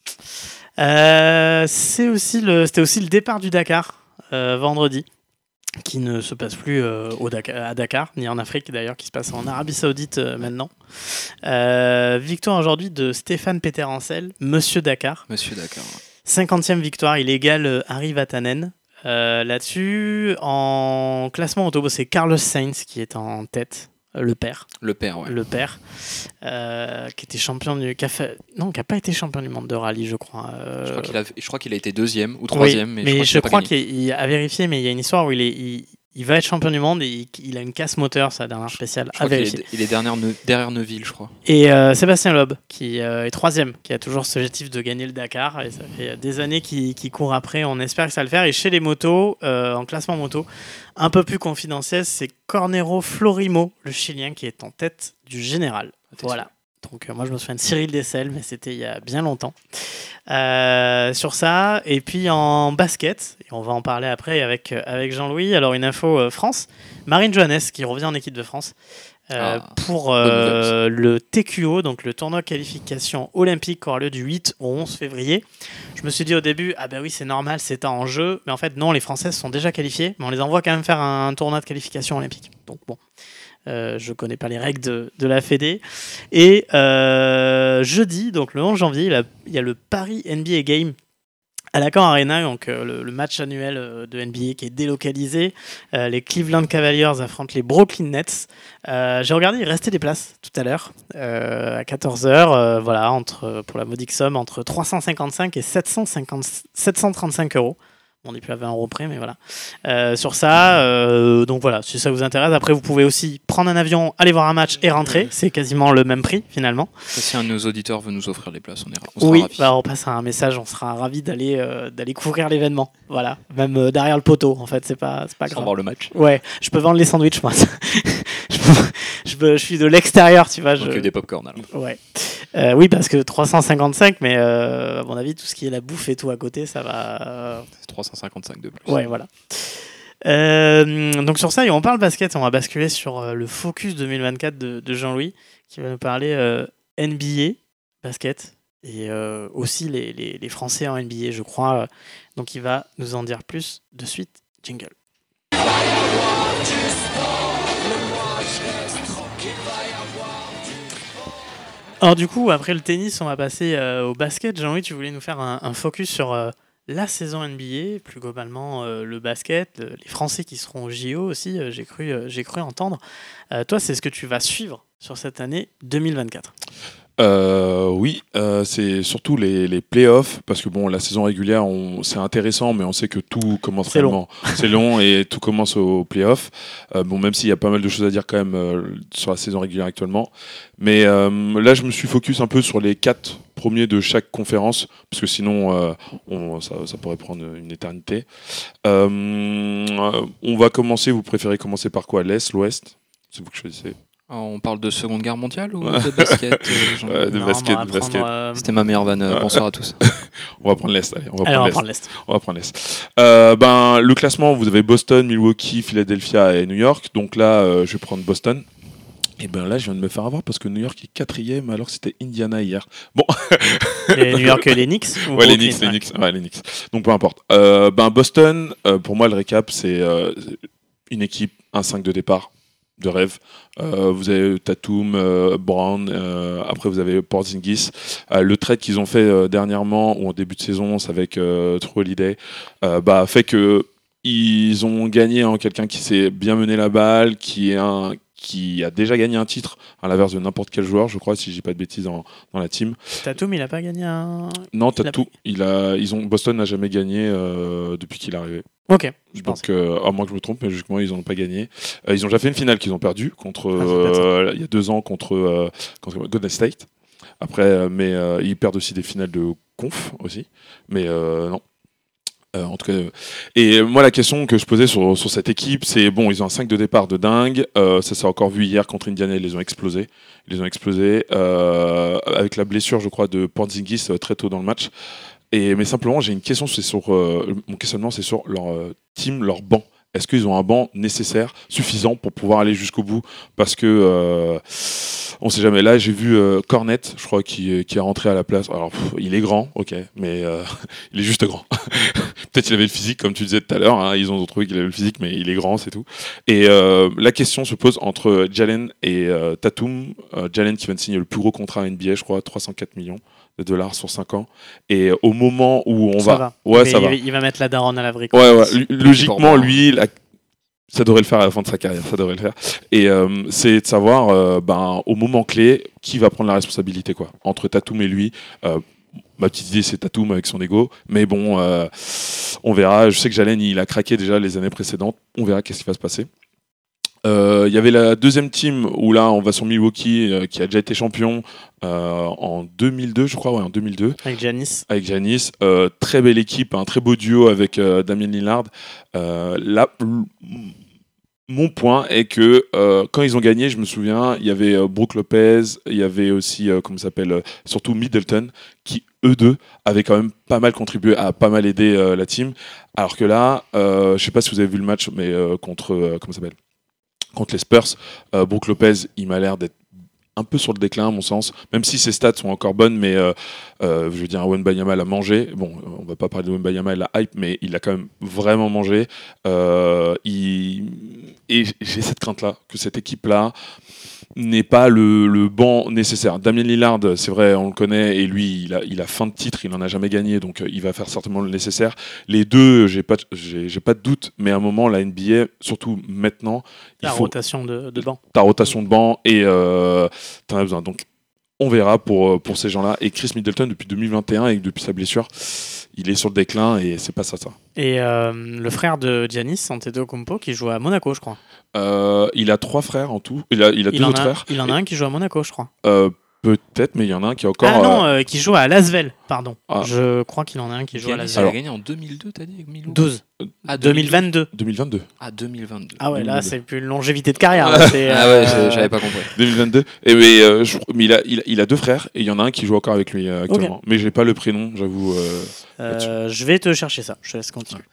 C'était aussi le départ du Dakar. Vendredi, qui ne se passe plus à Dakar, ni en Afrique d'ailleurs, qui se passe en Arabie Saoudite maintenant. Victoire aujourd'hui de Stéphane Peter-Ancel, Monsieur Dakar. Monsieur Dakar. 50e victoire, il égale Harry Vatanen. Là-dessus, en classement auto, c'est Carlos Sainz qui est en tête. Le père, qui était champion qui a pas été champion du monde de rallye, je crois. Je crois qu'il a été 2e ou 3e, oui, mais je crois qu'il a vérifié, mais il y a une histoire où il va être champion du monde et il a une casse moteur, sa dernière spéciale. Il est derrière Neuville, je crois. Et Sébastien Loeb, qui est 3e, qui a toujours ce objectif de gagner le Dakar, et ça fait des années qu'il court après. On espère que ça va le faire. Et chez les motos, en classement moto, un peu plus confidentiel, c'est Cornero Florimo, le Chilien, qui est en tête du général. Voilà. Donc moi je me souviens de Cyril Dessel, mais c'était il y a bien longtemps. Sur ça, et puis en basket, et on va en parler après avec Jean-Louis. Alors une info France, Marine Johannes qui revient en équipe de France pour le TQO, donc le tournoi qualification olympique qui aura lieu du 8 au 11 février. Je me suis dit au début, ah ben oui c'est normal, c'est en jeu, mais en fait non, les Françaises sont déjà qualifiées, mais on les envoie quand même faire un tournoi de qualification olympique. Donc bon. Je connais pas les règles de la Fédé. Et jeudi, donc le 11 janvier, il y a le Paris NBA Game à l'Accor Arena, donc le match annuel de NBA qui est délocalisé. Les Cleveland Cavaliers affrontent les Brooklyn Nets. J'ai regardé, il restait des places tout à l'heure à 14h. Voilà, pour la modique somme, entre 355 et 735 euros. On n'est plus à 20 euros près, mais voilà. Sur ça, donc voilà, si ça vous intéresse. Après, vous pouvez aussi prendre un avion, aller voir un match et rentrer. C'est quasiment le même prix, finalement. Si un de nos auditeurs veut nous offrir les places, on sera ravis. On passera un message, on sera ravis d'aller couvrir l'événement. Voilà, même derrière le poteau, en fait, c'est pas grave. Sans voir le match. Ouais, je peux vendre les sandwichs, moi. Je suis de l'extérieur, tu vois. Donc des pop-corn, alors. Ouais. Oui, parce que 355, mais à mon avis, tout ce qui est la bouffe et tout à côté, ça va... C'est 355 de plus. Ouais, voilà. Donc sur ça, on parle basket, on va basculer sur le focus 2024 de Jean-Louis, qui va nous parler NBA, basket, et aussi les Français en NBA, je crois. Donc il va nous en dire plus de suite. Jingle. Alors du coup, après le tennis, on va passer au basket. Jean-Louis, tu voulais nous faire un focus sur la saison NBA, plus globalement le basket, les Français qui seront au JO aussi, j'ai cru entendre. Toi, c'est ce que tu vas suivre sur cette année 2024. Oui, c'est surtout les playoffs, parce que bon, la saison régulière, c'est intéressant, mais on sait que tout commence réellement. C'est long et tout commence aux playoffs. Bon, même s'il y a pas mal de choses à dire quand même sur la saison régulière actuellement. Mais là, je me suis focus un peu sur les 4 premiers de chaque conférence, parce que sinon, ça pourrait prendre une éternité. On va commencer, vous préférez commencer par quoi? L'Est, l'Ouest? C'est vous que choisissez. On parle de Seconde Guerre mondiale ou de basket De Non, basket, on va de basket. prendre, C'était ma meilleure vanne. Bonsoir à tous. On va prendre l'Est, allez. On va Allez, on va prendre prendre l'Est. l'Est. On va prendre l'Est. Le classement, vous avez Boston, Milwaukee, Philadelphia et New York. Donc là, je vais prendre Boston. Et ben là, je viens de me faire avoir parce que New York est 4e alors que c'était Indiana hier. Bon. Les New York, les Knicks ou Ouais, les Brooklyn, Knicks. Ouais, les Knicks. Donc peu importe. Boston, pour moi, le récap, c'est une équipe, un 5 de départ de rêve. Vous avez Tatum, Brown, après vous avez Porzingis. Le trade qu'ils ont fait dernièrement ou en début de saison, c'est avec True Holiday, fait que ils ont gagné en quelqu'un qui sait bien mener la balle, qui a déjà gagné un titre, à l'inverse de n'importe quel joueur, je crois, si je dis pas de bêtises dans la team. Tatum, il a pas gagné un. Non, Tatum, Boston n'a jamais gagné depuis qu'il est arrivé. Ok, je pense. Donc, à moins que je me trompe, mais logiquement, ils n'en ont pas gagné. Ils ont déjà fait une finale qu'ils ont perdue contre, il y a 2 ans contre Golden State. Après, mais ils perdent aussi des finales de conf aussi. Mais non. En tout cas, et moi la question que je posais sur cette équipe, c'est bon, ils ont un 5 de départ de dingue, ça s'est encore vu hier contre Indiana, ils les ont explosés, avec la blessure je crois de Porzingis très tôt dans le match. Mais simplement j'ai une question, mon questionnement c'est sur leur team, leur banc. Est-ce qu'ils ont un banc nécessaire, suffisant pour pouvoir aller jusqu'au bout? Parce que on sait jamais. Là, j'ai vu Cornet, je crois, qui est rentré à la place. Alors, il est grand, ok, mais il est juste grand. Peut-être qu'il avait le physique, comme tu disais tout à l'heure. Hein, ils ont trouvé qu'il avait le physique, mais il est grand, c'est tout. Et la question se pose entre Jalen et Tatum. Jalen qui vient de signer le plus gros contrat NBA, je crois, 304 millions de dollars sur 5 ans. Et au moment où on va. Ouais, ça va. Il va mettre la daronne à l'abri. Ouais. Logiquement, lui, ça devrait le faire à la fin de sa carrière, ça devrait le faire. Et c'est de savoir, au moment clé, qui va prendre la responsabilité, quoi. Entre Tatum et lui. Ma petite idée, c'est Tatum avec son ego. Mais bon, on verra. Je sais que Jalen, il a craqué déjà les années précédentes. On verra qu'est-ce qui va se passer. Il y avait la deuxième team où là, on va sur Milwaukee, qui a déjà été champion en 2002, je crois, en 2002. Avec Giannis. Très belle équipe, un très beau duo avec Damian Lillard. Là, mon point est que quand ils ont gagné, je me souviens, il y avait Brook Lopez, il y avait aussi, surtout Middleton, qui eux deux avaient quand même pas mal contribué à pas mal aider la team. Alors que là, je sais pas si vous avez vu le match, mais contre les Spurs, Brook Lopez, il m'a l'air d'être un peu sur le déclin à mon sens, même si ses stats sont encore bonnes, mais je veux dire, Wembanyama l'a mangé. Bon, on va pas parler de Wembanyama et la hype, mais il l'a quand même vraiment mangé. Et j'ai cette crainte-là, que cette équipe-là n'est pas le banc nécessaire. Damian Lillard, c'est vrai, on le connaît, et lui, il a fin de titre, il n'en a jamais gagné, donc il va faire certainement le nécessaire. Les deux, j'ai pas de doute, mais à un moment, la NBA, surtout maintenant, Rotation de banc. Ta rotation de banc, et t'en as besoin. Donc, on verra pour ces gens-là. Et Chris Middleton, depuis 2021, et depuis sa blessure, il est sur le déclin, et c'est pas ça. Et le frère de Giannis, Antetokounmpo, qui joue à Monaco, je crois. Il a 3 frères en tout. Il a 2 autres frères. Il en a un qui joue à Monaco, je crois. Peut-être, mais il y en a un qui est encore. Qui joue à Lasvel, pardon. Ah. Je crois qu'il en a un qui joue à Giannis Lasvel. a gagné en 2002, t'as dit 12. 2022. 2022. Ah, 2022. Ah ouais, 2022. là, c'est plus une longévité de carrière. Là, j'avais pas compris. 2022. Mais il a 2 frères, et il y en a un qui joue encore avec lui actuellement. Okay. Mais j'ai pas le prénom, j'avoue. Je vais te chercher ça. Je te laisse continuer.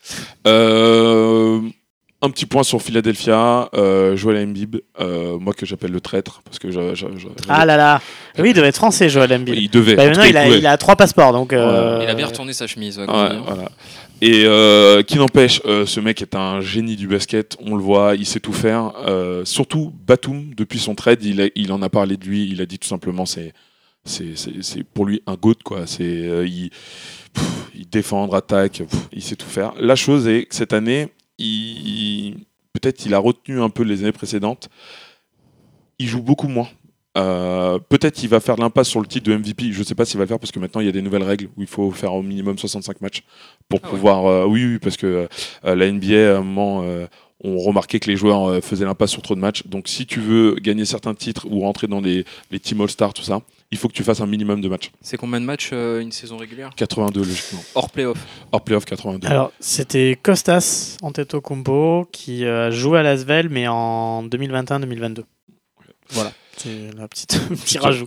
Un petit point sur Philadelphia, Joel Embiid, moi que j'appelle le traître, parce que ah là là, oui, il devait être français, Joel Embiid. Il devait. Maintenant, il a 3 passeports, donc. Il a bien retourné sa chemise. Voilà. Et qui n'empêche, ce mec est un génie du basket, on le voit, il sait tout faire. Surtout Batum, depuis son trade, il en a parlé de lui, il a dit tout simplement, c'est pour lui un GOAT, quoi. Il défend, attaque, il sait tout faire. La chose est que cette année, peut-être il a retenu un peu les années précédentes, il joue beaucoup moins. Peut-être il va faire l'impasse sur le titre de MVP, je ne sais pas s'il va le faire parce que maintenant il y a des nouvelles règles où il faut faire au minimum 65 matchs pour pouvoir... Oui, parce que la NBA, à un moment, ont remarqué que les joueurs faisaient l'impasse sur trop de matchs. Donc si tu veux gagner certains titres ou rentrer dans les teams All-Star, tout ça, il faut que tu fasses un minimum de matchs. C'est combien de matchs une saison régulière ? 82 logiquement. Hors playoff. Hors playoff 82. Alors c'était Kostas Antetokounmpo qui joue à Lasvel mais en 2021-2022. Voilà, c'est la petit rajout.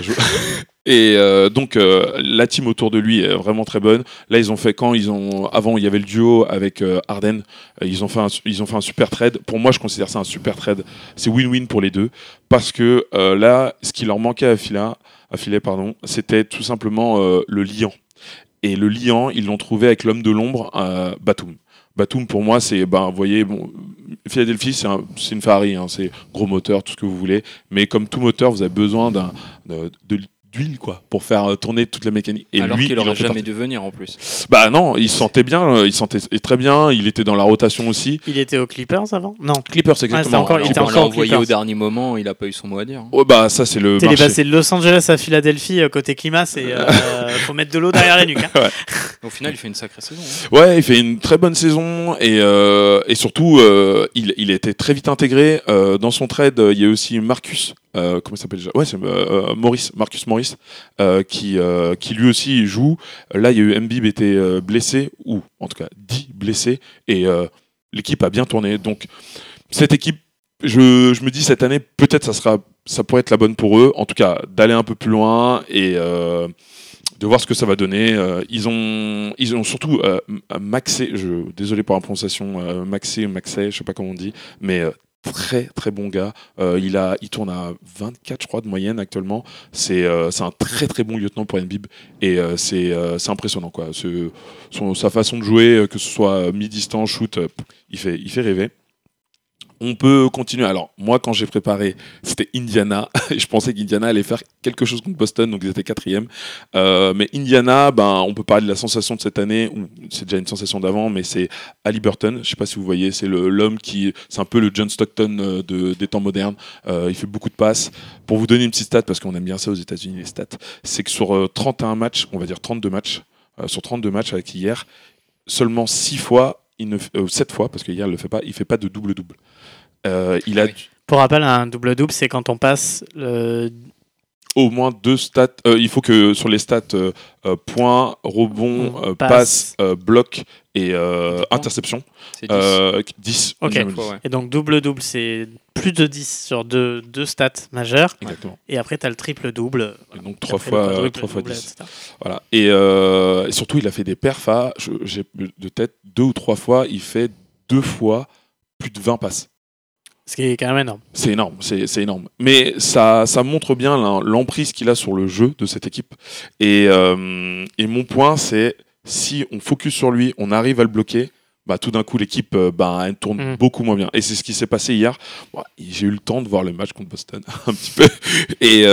Et donc la team autour de lui est vraiment très bonne. Là ils ont fait avant il y avait le duo avec Harden, ils ont fait un super trade. Pour moi je considère ça un super trade. C'est win-win pour les deux parce que là ce qui leur manquait à filer, c'était tout simplement le liant. Et le liant ils l'ont trouvé avec l'homme de l'ombre, Batum. Batum pour moi c'est vous voyez Philadelphie c'est une Ferrari, hein, c'est gros moteur, tout ce que vous voulez, mais comme tout moteur vous avez besoin d'huile pour faire tourner toute la mécanique. Et alors lui, qu'il n'aurait jamais dû venir en plus. Bah non, il se sentait bien, il sentait très bien, il était dans la rotation aussi. Il était aux Clippers avant ? Non. Clippers exactement. Il était on encore l'a aux envoyé Clippers. au dernier moment, il n'a pas eu son mot à dire. Hein. Ouais, bah ça c'est le Il est marché. passé de Los Angeles à Philadelphie côté climat, c'est faut mettre de l'eau derrière les nuques. Hein. Ouais. Au final, il fait une sacrée saison. Hein. Ouais, il fait une très bonne saison et surtout il a été très vite intégré dans son trade. Il y a aussi Marcus. Comment il s'appelle déjà ? Ouais, c'est Marcus Morris, qui lui aussi joue. Là, il y a eu Embiid était blessé, ou en tout cas dit blessé, et l'équipe a bien tourné. Donc, cette équipe, je me dis cette année, peut-être ça pourrait être la bonne pour eux. En tout cas, d'aller un peu plus loin et de voir ce que ça va donner. Ils ont surtout Maxey, désolé pour la prononciation, Maxey, je sais pas comment on dit, mais très très bon gars. Il tourne à 24 je crois de moyenne actuellement. C'est un très très bon lieutenant pour Embiid et c'est impressionnant quoi. Sa façon de jouer, que ce soit mi-distance, shoot, il fait rêver. On peut continuer. Alors, moi, quand j'ai préparé, c'était Indiana. Je pensais qu'Indiana allait faire quelque chose contre Boston, donc ils étaient 4e. Mais Indiana, on peut parler de la sensation de cette année, ou c'est déjà une sensation d'avant, mais c'est Haliburton. Je ne sais pas si vous voyez, c'est l'homme c'est un peu le John Stockton des temps modernes. Il fait beaucoup de passes. Pour vous donner une petite stat, parce qu'on aime bien ça aux États-Unis, les stats, c'est que sur 31 matchs, on va dire 32 matchs, sur 32 matchs avec hier, seulement 7 fois, parce qu'hier, il ne fait pas de double-double. Pour rappel, un double-double, c'est quand on passe au moins 2 stats. Il faut que sur les stats points, rebond, passe, bloc et interception, c'est 10. Ok. Et donc double-double, c'est plus de 10 sur deux stats majeures. Exactement. Et après, tu as le triple-double. Et donc 3 fois 10. Etc. Voilà. Et surtout, il a fait des perfs j'ai de tête 2 ou 3 fois, il fait 2 fois plus de 20 passes. Ce qui est quand même énorme. C'est énorme, c'est énorme. Mais ça montre bien l'emprise qu'il a sur le jeu de cette équipe. Et mon point, c'est si on focus sur lui, on arrive à le bloquer, tout d'un coup, l'équipe elle tourne beaucoup moins bien. Et c'est ce qui s'est passé hier. J'ai eu le temps de voir le match contre Boston un petit peu. Et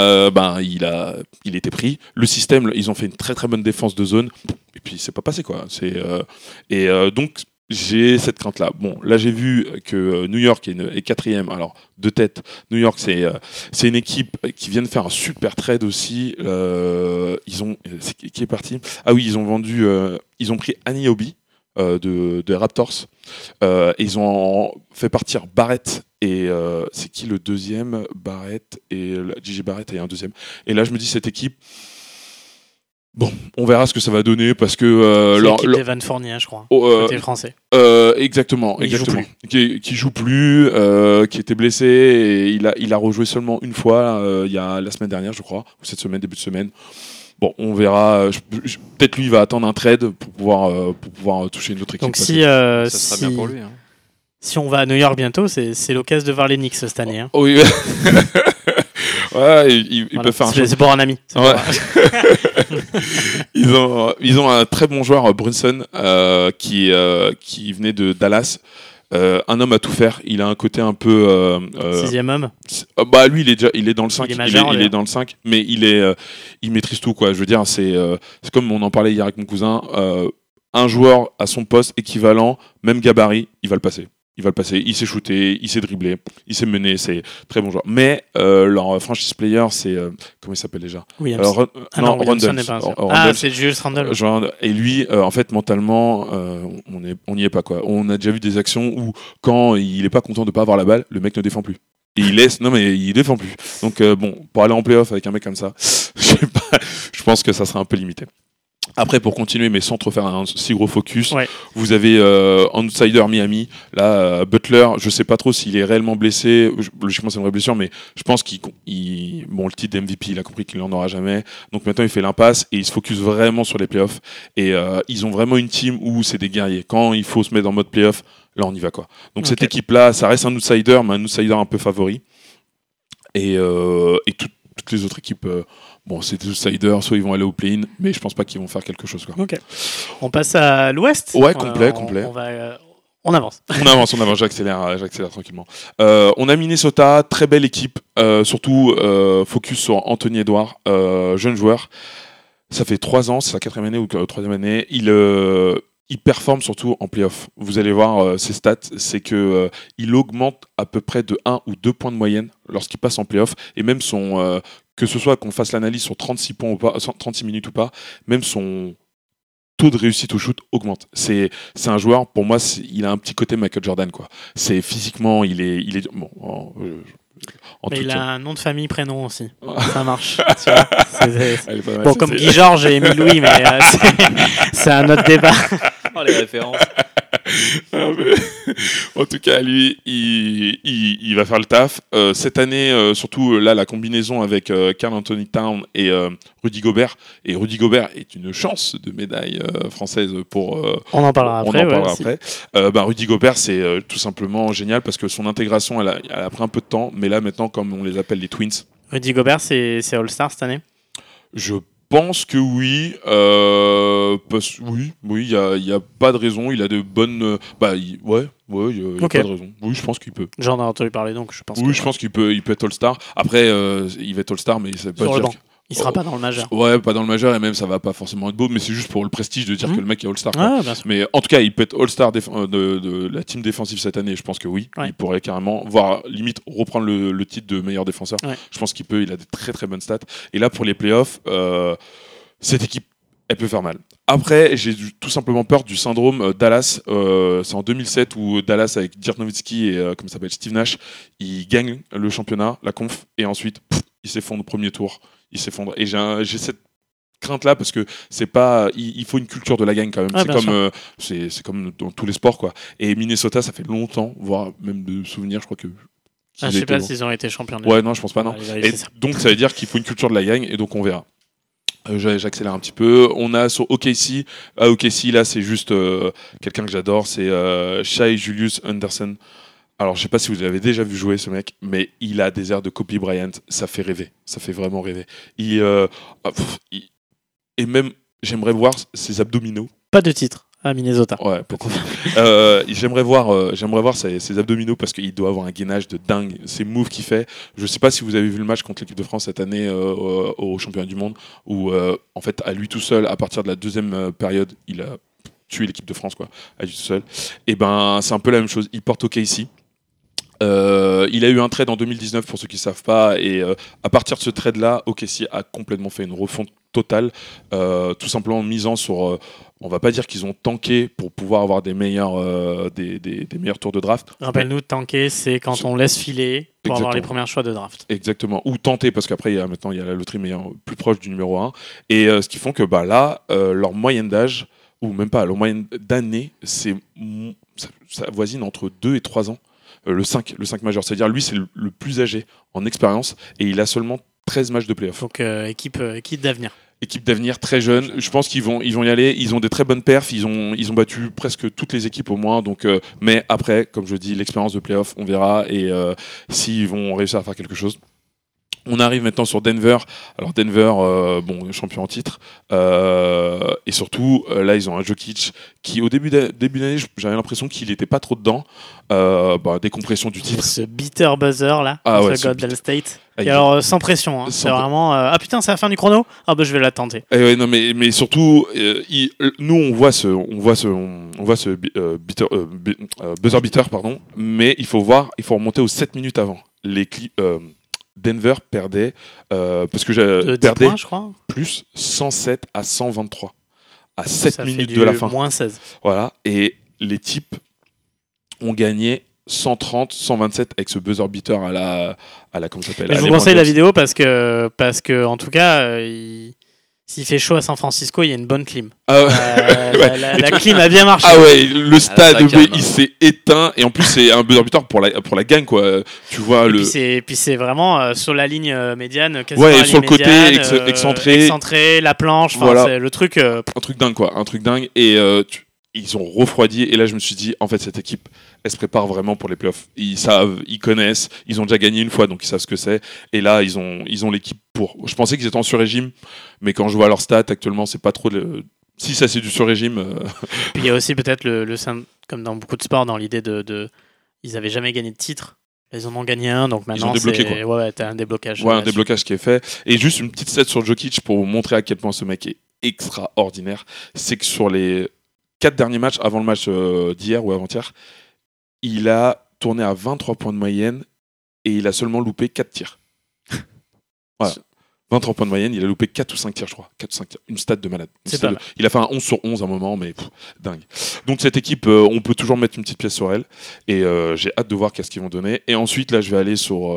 il était pris. Le système, ils ont fait une très très bonne défense de zone. Et puis, c'est pas passé, quoi. Donc, j'ai cette crainte-là. Bon, là, j'ai vu que New York est 4e. Alors, de tête, New York, c'est une équipe qui vient de faire un super trade aussi. Qui est parti ? Ah oui, ils ont pris Annie Obi de Raptors. Ils ont fait partir Barrett et c'est qui le deuxième ? Barrett et Gigi Barrett et un deuxième. Et là, je me dis, cette équipe... Bon, on verra ce que ça va donner parce que l'équipe d'Evan Fournier, je crois, côté français. Exactement. Qui joue plus, qui était blessé et il a rejoué seulement une fois il y a la semaine dernière, je crois, ou cette semaine, début de semaine. Bon, on verra. Peut-être lui il va attendre un trade pour pouvoir toucher une autre équipe. Donc ça sera bien pour lui. Hein. Si on va à New York bientôt, c'est l'occasion de voir les Knicks cette année. Hein. Oui. Ouais, il peut faire un c'est pour un ami. Ouais. Ils ont un très bon joueur, Brunson, qui venait de Dallas. Un homme à tout faire. Il a un côté un peu. 6e homme. Lui, il est dans le 5. Il est dans le 5, mais il maîtrise tout, quoi. Je veux dire, c'est comme on en parlait hier avec mon cousin. Un joueur à son poste équivalent, même gabarit, il va le passer. Il s'est shooté, il s'est dribblé, il s'est mené, c'est très bon joueur. Mais leur franchise player, c'est comment il s'appelle déjà ? Williams. Randle. C'est Julius Randle. Et lui, en fait, mentalement, on n'y est pas, quoi. On a déjà vu des actions où quand il est pas content de pas avoir la balle, le mec ne défend plus. Et il défend plus. Donc pour aller en playoff avec un mec comme ça, je pense que ça sera un peu limité. Après, pour continuer, mais sans trop faire un si gros focus, Ouais. vous avez Outsider Miami. Là, Butler, je sais pas trop s'il est réellement blessé. Logiquement, c'est une vraie blessure, mais je pense bon, le titre d'MVP, il a compris qu'il n'en aura jamais. Donc maintenant, il fait l'impasse et il se focus vraiment sur les playoffs. Et ils ont vraiment une team où c'est des guerriers. Quand il faut se mettre en mode playoff, là, on y va, quoi. Donc cette équipe-là, ça reste un outsider, mais un outsider un peu favori. Et toutes les autres équipes, bon, c'est des outsiders, soit ils vont aller au play-in, mais je pense pas qu'ils vont faire quelque chose, quoi. Ok. On passe à l'Ouest. Ouais, complet. On avance. On avance, j'accélère tranquillement. On a Minnesota, très belle équipe, surtout focus sur Anthony Edwards, jeune joueur. Ça fait 3 ans, c'est sa 4e année ou 3e année. Il performe surtout en playoff. Vous allez voir ses stats, c'est que il augmente à peu près de 1 ou 2 points de moyenne lorsqu'il passe en playoff. Et même que ce soit qu'on fasse l'analyse sur 36 points ou pas, 36 minutes ou pas, même son taux de réussite au shoot augmente. C'est un joueur, pour moi, il a un petit côté Michael Jordan, quoi. C'est physiquement, il est bon. Mais il a un nom de famille, prénom aussi. Ouais. Ça marche. Tu vois, Elle est pas mal. bon, comme Guy Georges et Émile Louis, mais c'est un autre débat. Oh, les références. En tout cas, lui, il va faire le taf. Cette année, surtout là, la combinaison avec Karl Anthony Towns et Rudy Gobert. Et Rudy Gobert est une chance de médaille française pour. On en parlera après. Rudy Gobert, c'est tout simplement génial parce que son intégration, elle a pris un peu de temps. Mais là, maintenant, comme on les appelle les Twins. Rudy Gobert, c'est All-Star cette année ? Je pense que oui. Oui, il y a pas de raison. Il a de bonnes. Il y a pas de raison. Oui, je pense qu'il peut. J'en ai entendu parler, donc je pense. Oui, je pense qu'il peut être All-Star. Après, il va être All-Star, mais ça veut pas sur le dire. banc. Il sera pas dans le majeur. Ouais, pas dans le majeur, et même ça va pas forcément être beau, mais c'est juste pour le prestige de dire que le mec est All-Star. Ah, bien sûr. Mais en tout cas, il peut être All-Star de la team défensive cette année. Je pense que oui. Ouais. Il pourrait carrément, voire limite reprendre le titre de meilleur défenseur. Ouais. Je pense qu'il peut. Il a des très très bonnes stats. Et là, pour les playoffs, cette équipe, elle peut faire mal. Après, j'ai tout simplement peur du syndrome Dallas. C'est en 2007 où Dallas, avec Dirk Nowitzki et comment ça s'appelle, Steve Nash, ils gagnent le championnat, la conf, et ensuite, ils s'effondrent au premier tour. Ils s'effondrent. Et j'ai cette crainte-là parce que c'est pas, il faut une culture de la gagne quand même. C'est comme dans tous les sports, quoi. Et Minnesota, ça fait longtemps, voire même de souvenirs, je crois que. Je sais pas s'ils ont été champions. Ouais, non, je pense pas, non. Et ça. donc, ça veut dire qu'il faut une culture de la gagne, et donc on verra. J'accélère un petit peu. On a sur OKC. OKC, là, c'est juste quelqu'un que j'adore. C'est Shai Julius Anderson. Alors, je sais pas si vous avez déjà vu jouer ce mec, mais il a des airs de Kobe Bryant. Ça fait rêver. Ça fait vraiment rêver. Et même, j'aimerais voir ses abdominaux. Pas de titre à Minnesota. Ouais, j'aimerais voir ses abdominaux parce qu'il doit avoir un gainage de dingue. Ces moves qu'il fait. Je sais pas si vous avez vu le match contre l'équipe de France cette année au championnat du monde où en fait à lui tout seul, à partir de la deuxième période, il a tué l'équipe de France, quoi, à lui tout seul. Et ben c'est un peu la même chose. Il porte OKC. Il a eu un trade en 2019 pour ceux qui ne savent pas, et à partir de ce trade-là, OKC a complètement fait une refonte totale, tout simplement misant sur, on va pas dire qu'ils ont tanké pour pouvoir avoir des meilleurs tours de draft. Rappelle-nous, tanker, c'est quand on laisse filer pour avoir les premiers choix de draft. Exactement, ou tenter, parce qu'après maintenant il y a la loterie, mais plus proche du numéro 1, et ce qui font que là, leur moyenne d'âge, ou même pas, leur moyenne d'année, ça voisine entre 2 et 3 ans. Le 5 majeur, c'est-à-dire lui c'est le plus âgé en expérience et il a seulement 13 matchs de play-off. Donc équipe d'avenir. Équipe d'avenir très jeune, je pense qu'ils vont y aller, ils ont des très bonnes perfs, ils ont battu presque toutes les équipes au moins, donc, mais après, comme je dis, l'expérience de play-off, on verra, et s'ils vont réussir à faire quelque chose. On arrive maintenant sur Denver. Alors Denver, champion en titre. Et surtout, là, ils ont un Jokic qui, au début d'année, j'avais l'impression qu'il n'était pas trop dedans. Décompression du titre. Ce bitter buzzer, là, contre Golden State. Et alors, sans pression. Hein. C'est vraiment... putain, c'est la fin du chrono. Je vais la tenter. Non, mais surtout, nous, on voit ce buzzer beater, pardon. Mais il faut remonter aux 7 minutes avant. Denver perdait parce que perdait points, je crois. Plus 107 à 123 à 7 minutes de la fin. Moins 16. Voilà, et les types ont gagné 130, 127 avec ce buzzer beater à la comment ça s'appelle. Je vous conseille la vidéo parce que en tout cas, s'il fait chaud à San Francisco, il y a une bonne clim. Ah ouais. Ouais. La clim a bien marché. Ah ouais, le stade, ça calme. il s'est éteint et en plus c'est un buzzer beater pour la gagne quoi. Tu vois Et puis c'est vraiment sur la ligne médiane, quasiment ouais, la sur ligne le côté, médiane, excentré, la planche, voilà. C'est le truc. un truc dingue quoi, un truc dingue et ils ont refroidi et là je me suis dit en fait cette équipe elle se prépare vraiment pour les playoffs. Ils savent, ils connaissent, ils ont déjà gagné une fois donc ils savent ce que c'est et là ils ont l'équipe pour. Je pensais qu'ils étaient en sur-régime mais quand je vois leurs stats actuellement c'est pas trop si ça c'est du sur-régime. Puis il y a aussi peut-être comme dans beaucoup de sports dans l'idée ils avaient jamais gagné de titre. Ils en ont gagné un, donc maintenant ont débloqué, quoi. Ouais, t'as un déblocage. Ouais, un déblocage qui est fait. Et juste une petite stat sur Jokic pour vous montrer à quel point ce mec est extraordinaire. C'est que sur les 4 derniers matchs, avant le match d'hier ou avant-hier, il a tourné à 23 points de moyenne et il a seulement loupé 4 tirs. Voilà. 23 points de moyenne, il a loupé 4 ou 5 tirs, je crois. 4 ou 5 tirs. Une stat de malade. C'est pas mal. Il a fait un 11 sur 11 à un moment, mais dingue. Donc cette équipe, on peut toujours mettre une petite pièce sur elle. Et j'ai hâte de voir qu'est-ce qu'ils vont donner. Et ensuite, là, je vais aller sur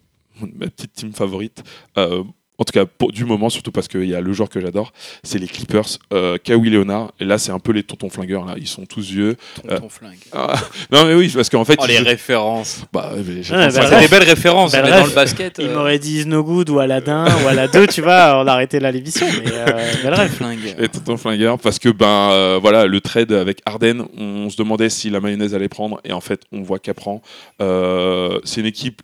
ma petite team favorite. En tout cas, du moment, surtout parce qu'il y a le joueur que j'adore, c'est les Clippers. Kawhi Leonard. Et là, c'est un peu les tontons flingueurs. Là. Ils sont tous vieux. Tonton flingue. Non, mais oui, parce qu'en fait. Les références. Bah, C'est des belles références. Mais dans le basket. Il m'aurait dit Is No Good ou Aladdin ou Aladdin, tu vois, on arrêtait là l'émission. Mais belle rêve. Les tontons flingueurs. Parce que, voilà, le trade avec Harden, on se demandait si la mayonnaise allait prendre. Et en fait, on voit qu'elle prend. C'est une équipe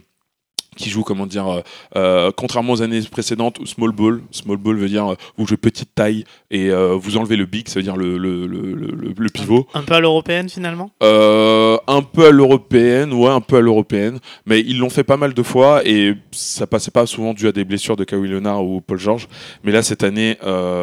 qui joue, comment dire, contrairement aux années précédentes, small ball. Small ball veut dire vous jouez petite taille et vous enlevez le big, ça veut dire le pivot. Un peu à l'européenne finalement. Un peu à l'européenne, ouais, un peu à l'européenne. Mais ils l'ont fait pas mal de fois et ça passait pas souvent dû à des blessures de Kawhi Leonard ou Paul George. Mais là, cette année,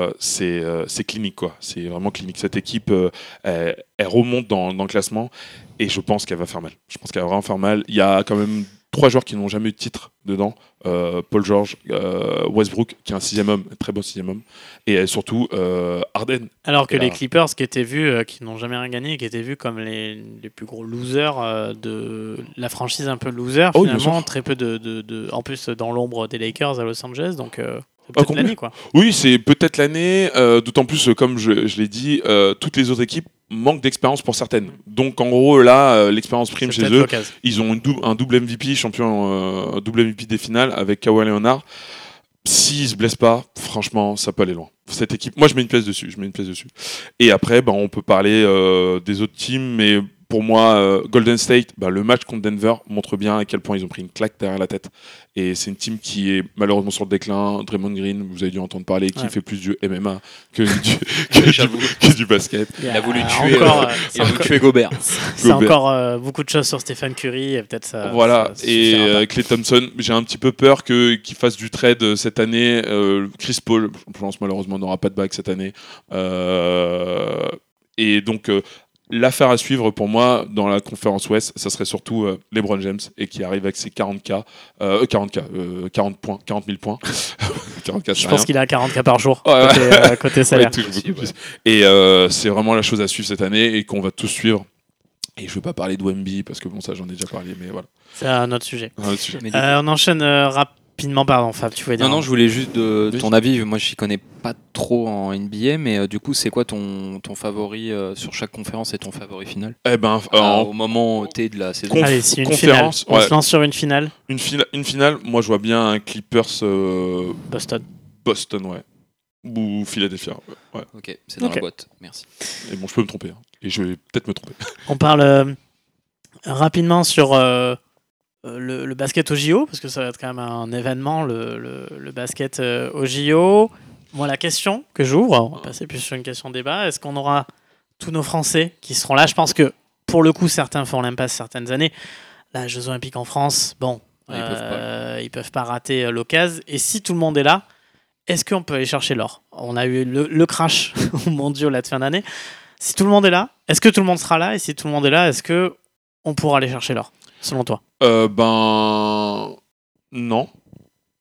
c'est clinique, quoi. C'est vraiment clinique. Cette équipe, elle remonte dans le classement et je pense qu'elle va faire mal. Je pense qu'elle va vraiment faire mal. Il y a quand même 3 joueurs qui n'ont jamais eu de titre dedans. Paul George, Westbrook, qui est un 6e homme, très bon 6e homme, et surtout Harden. Alors que les Clippers, qui étaient vus, qui n'ont jamais rien gagné, qui étaient vus comme les plus gros losers de la franchise un peu loser, finalement, très peu en plus dans l'ombre des Lakers à Los Angeles, donc c'est peut-être l'année, quoi. Oui, c'est peut-être l'année, d'autant plus, comme je l'ai dit, toutes les autres équipes manquent d'expérience pour certaines. Donc en gros, là, l'expérience prime chez eux. Ils ont un double MVP, double MVP des finales avec Kawhi Leonard. S'ils se blessent pas, franchement, ça peut aller loin. Cette équipe, moi je mets une pièce dessus. Et après, on peut parler des autres teams, mais pour moi, Golden State, le match contre Denver montre bien à quel point ils ont pris une claque derrière la tête. Et c'est une team qui est malheureusement sur le déclin. Draymond Green, vous avez dû entendre parler, qui fait plus du MMA que du basket. Il a voulu tuer Gobert. C'est encore beaucoup de choses sur Stephen Curry. Et peut-être ça. Voilà. Ça et Klay Thompson, j'ai un petit peu peur qu'il fasse du trade cette année. Chris Paul, je pense malheureusement n'aura pas de bague cette année. Et donc. L'affaire à suivre pour moi dans la conférence Ouest, ça serait surtout LeBron James et qui arrive avec ses 40 000 points. 40K, je pense qu'il est à 40K par jour côté salaire. Et c'est vraiment la chose à suivre cette année et qu'on va tous suivre. Et je ne veux pas parler de Wemby parce que ça j'en ai déjà parlé, mais voilà. C'est un autre sujet. On enchaîne rapidement, pardon Fab, tu voulais dire. Non, je voulais juste ton avis. Moi, je ne connais pas trop en NBA, mais du coup, c'est quoi ton favori sur chaque conférence et ton favori final ? Au moment T de la saison. Allez, c'est une finale. On se lance sur une finale. Une finale, moi je vois bien un Clippers Boston, ouais. Ou Philadelphia. Ouais. Ok, c'est dans la boîte, merci. Et bon, je peux me tromper, et je vais peut-être me tromper. On parle rapidement sur le basket au JO, parce que ça va être quand même un événement, le basket au JO. Moi, la question que j'ouvre, on va passer plus sur une question débat, est-ce qu'on aura tous nos Français qui seront là ? Je pense que, pour le coup, certains font l'impasse certaines années. Là, Jeux Olympiques en France, ils peuvent pas rater l'occasion. Et si tout le monde est là, est-ce qu'on peut aller chercher l'or ? On a eu le crash mondial de fin d'année. Si tout le monde est là, est-ce que tout le monde sera là ? Et si tout le monde est là, est-ce qu'on pourra aller chercher l'or, selon toi ? Non.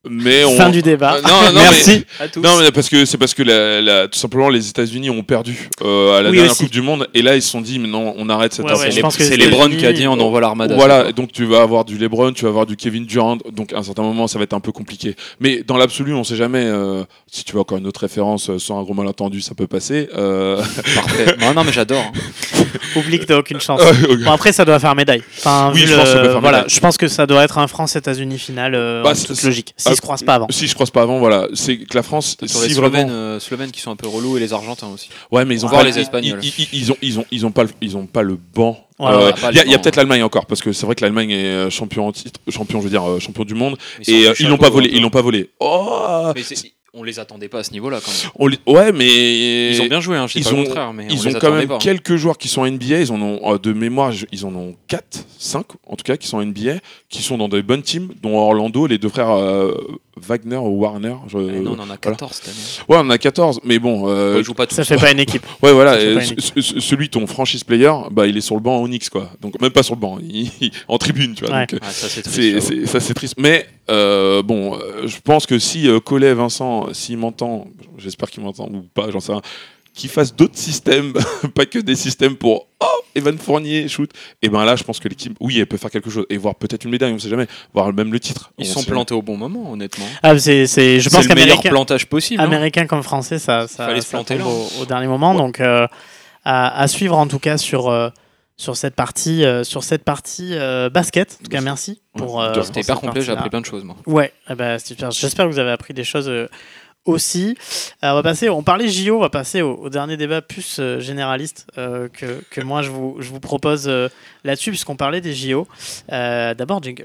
Mais Fin du débat. non, Merci. À tous. Non, mais c'est parce que tout simplement les États-Unis ont perdu à la Oui, dernière aussi. Coupe du Monde et là ils se sont dit mais non, on arrête cette Ouais, affaire. je pense que C'est les LeBron États-Unis, qui a dit on envoie l'armada. Voilà, donc tu vas avoir du LeBron, tu vas avoir du Kevin Durant, donc à un certain moment ça va être un peu compliqué. Mais dans l'absolu, on sait jamais. Si tu veux encore une autre référence sans un gros malentendu, ça peut passer. Parfait. Non, mais j'adore. Oublie que t'as aucune chance. Ok. Bon, après, ça doit faire médaille. Enfin, Oui, vu je pense que ça peut faire voilà, médaille. je pense que ça doit être un France-États-Unis final en toute logique. S'ils se croisent pas avant. Si je croise pas avant, voilà, c'est que la France, Sur les si vraiment. Slovènes qui sont un peu relous et les Argentins aussi. Ouais, mais ils ont Voir pas les Espagnols. Ils ont pas le banc. Ouais, Il y a peut-être l'Allemagne encore parce que c'est vrai que l'Allemagne est champion en titre, champion du monde Mais et sans ils l'ont pas chapeau, volé, un peu. ils l'ont pas volé. Oh, Mais on les attendait pas à ce niveau-là quand même. ouais, mais Ils ont bien joué, hein, je dis ils pas le ont- contraire, mais on ils les ont quand attendait même pas. quelques joueurs qui sont en NBA, ils en ont de mémoire, ils en ont 4, 5 en tout cas qui sont en NBA, qui sont dans des bonnes teams, dont Orlando, les deux frères Wagner ou Warner. Non, on en a 14 cette année. Ouais, on en a 14, mais bon. Ils jouent pas tous. Ça fait pas une équipe. Ouais, voilà. Ça fait et pas une celui, ton franchise player, bah, il est sur le banc en Onyx, quoi. Donc, même pas sur le banc, en tribune, tu vois. Ouais. Donc, Ah, ça c'est triste. ça, c'est triste. Mais, je pense que si Collet, Vincent, s'il m'entend, j'espère qu'il m'entend ou pas, j'en sais rien, qu'il fasse d'autres systèmes, pas que des systèmes pour Evan Fournier, shoot, et ben là, je pense que l'équipe, oui, elle peut faire quelque chose et voir peut-être une médaille, on sait jamais, voir même le titre. Ils On sont sait- plantés au bon moment, honnêtement. Ah, je pense C'est le meilleur qu'américain plantage possible. hein. américain comme français, ça Fallait se planter tombe là. au dernier moment. Donc, à suivre en tout cas sur cette partie basket. En tout cas, merci pour. Ouais, pour C'était cette hyper complet, j'ai partie-là. appris plein de choses, moi. Ouais, eh ben, c'est super. J'espère que vous avez appris des choses aussi. On parlait JO, on va passer au dernier débat plus généraliste que moi je vous propose là-dessus, puisqu'on parlait des JO. D'abord, jingle.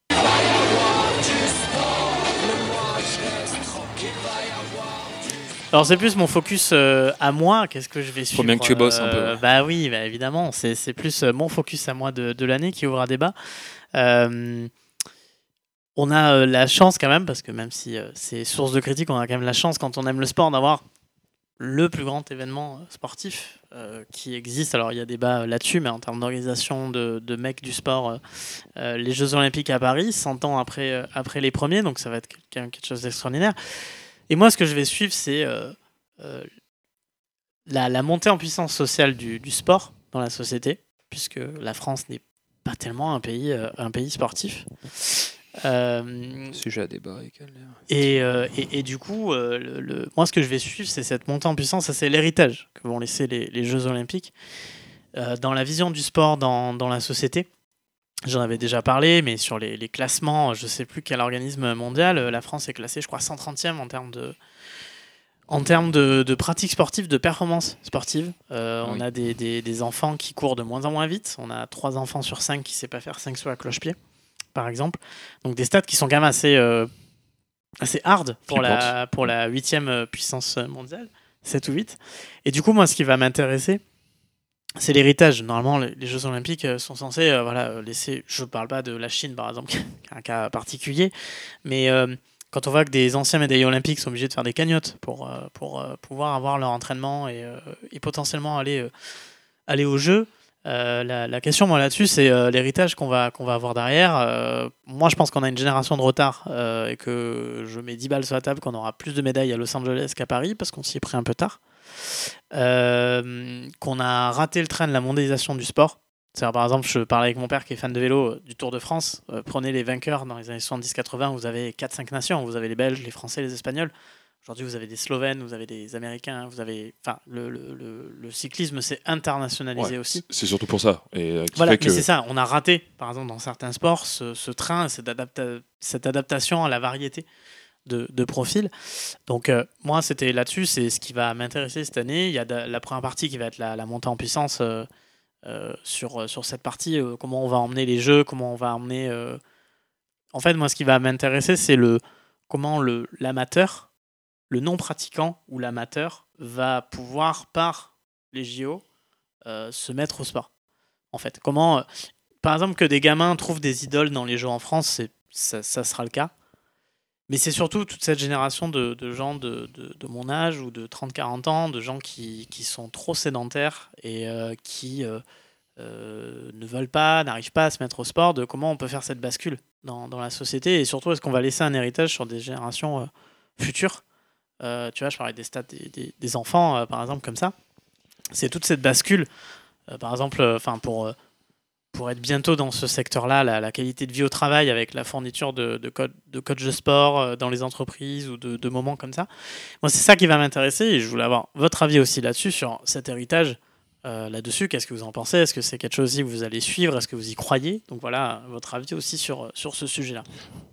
Alors c'est plus mon focus à moi, qu'est-ce que je vais suivre. Faut bien que tu bosses un peu. Bah oui, bah évidemment, c'est plus mon focus à moi de l'année qui ouvre un débat. On a la chance quand même, parce que même si c'est source de critique, on a quand même la chance quand on aime le sport d'avoir le plus grand événement sportif qui existe. Alors il y a débat là-dessus, mais en termes d'organisation de mecs du sport, les Jeux Olympiques à Paris, 100 ans après les premiers, donc ça va être quand même quelque chose d'extraordinaire. Et moi, ce que je vais suivre, c'est la montée en puissance sociale du sport dans la société, puisque la France n'est pas tellement un pays sportif. Sujet à débat avec elle. Et du coup, moi, ce que je vais suivre, c'est cette montée en puissance, ça, c'est l'héritage que vont laisser les Jeux Olympiques dans la vision du sport dans la société. J'en avais déjà parlé, mais sur les classements, je ne sais plus quel organisme mondial, la France est classée, je crois, 130e en termes de pratiques sportives, de performances sportives. On a des enfants qui courent de moins en moins vite. On a 3 enfants sur 5 qui ne savent pas faire 5 sauts à cloche-pied, par exemple. Donc des stats qui sont quand même assez hard pour la 8e puissance mondiale, 7 ou 8. Et du coup, moi, ce qui va m'intéresser, c'est l'héritage. Normalement, les Jeux Olympiques sont censés laisser... Je ne parle pas de la Chine, par exemple, qui est un cas particulier, mais quand on voit que des anciens médaillés olympiques sont obligés de faire des cagnottes pour pouvoir avoir leur entraînement et potentiellement aller aux Jeux, la question, moi, là-dessus, c'est l'héritage qu'on va avoir derrière. Moi, je pense qu'on a une génération de retard et que je mets 10 balles sur la table qu'on aura plus de médailles à Los Angeles qu'à Paris parce qu'on s'y est pris un peu tard. Qu'on a raté le train de la mondialisation du sport. C'est-à-dire, par exemple, je parlais avec mon père qui est fan de vélo du Tour de France. Prenez les vainqueurs dans les années 70-80, vous avez 4-5 nations. Vous avez les Belges, les Français, les Espagnols. Aujourd'hui, vous avez des Slovènes, vous avez des Américains, vous avez... Enfin, le cyclisme s'est internationalisé aussi. C'est surtout pour ça. Et, qui Voilà, fait mais que... c'est ça. On a raté, par exemple, dans certains sports, ce train, cette adaptation à la variété de profils. Donc, moi, c'était là-dessus. C'est ce qui va m'intéresser cette année. Il y a la première partie qui va être la montée en puissance sur cette partie. Comment on va emmener les jeux, comment on va emmener... En fait, moi, ce qui va m'intéresser, c'est comment l'amateur, le non-pratiquant ou l'amateur va pouvoir, par les JO, se mettre au sport. En fait, comment, par exemple, que des gamins trouvent des idoles dans les jeux en France, ça sera le cas. Mais c'est surtout toute cette génération de gens de mon âge ou de 30-40 ans, de gens qui sont trop sédentaires et qui ne veulent pas, n'arrivent pas à se mettre au sport, de comment on peut faire cette bascule dans la société et surtout est-ce qu'on va laisser un héritage sur des générations futures. Tu vois, je parlais des stats des enfants, par exemple, comme ça. C'est toute cette bascule, par exemple, pour être bientôt dans ce secteur-là, la qualité de vie au travail avec la fourniture de coachs de sport dans les entreprises ou de moments comme ça. Moi, c'est ça qui va m'intéresser et je voulais avoir votre avis aussi là-dessus, sur cet héritage là-dessus. Qu'est-ce que vous en pensez ? Est-ce que c'est quelque chose que vous allez suivre ? Est-ce que vous y croyez ? Donc voilà, votre avis aussi sur ce sujet-là.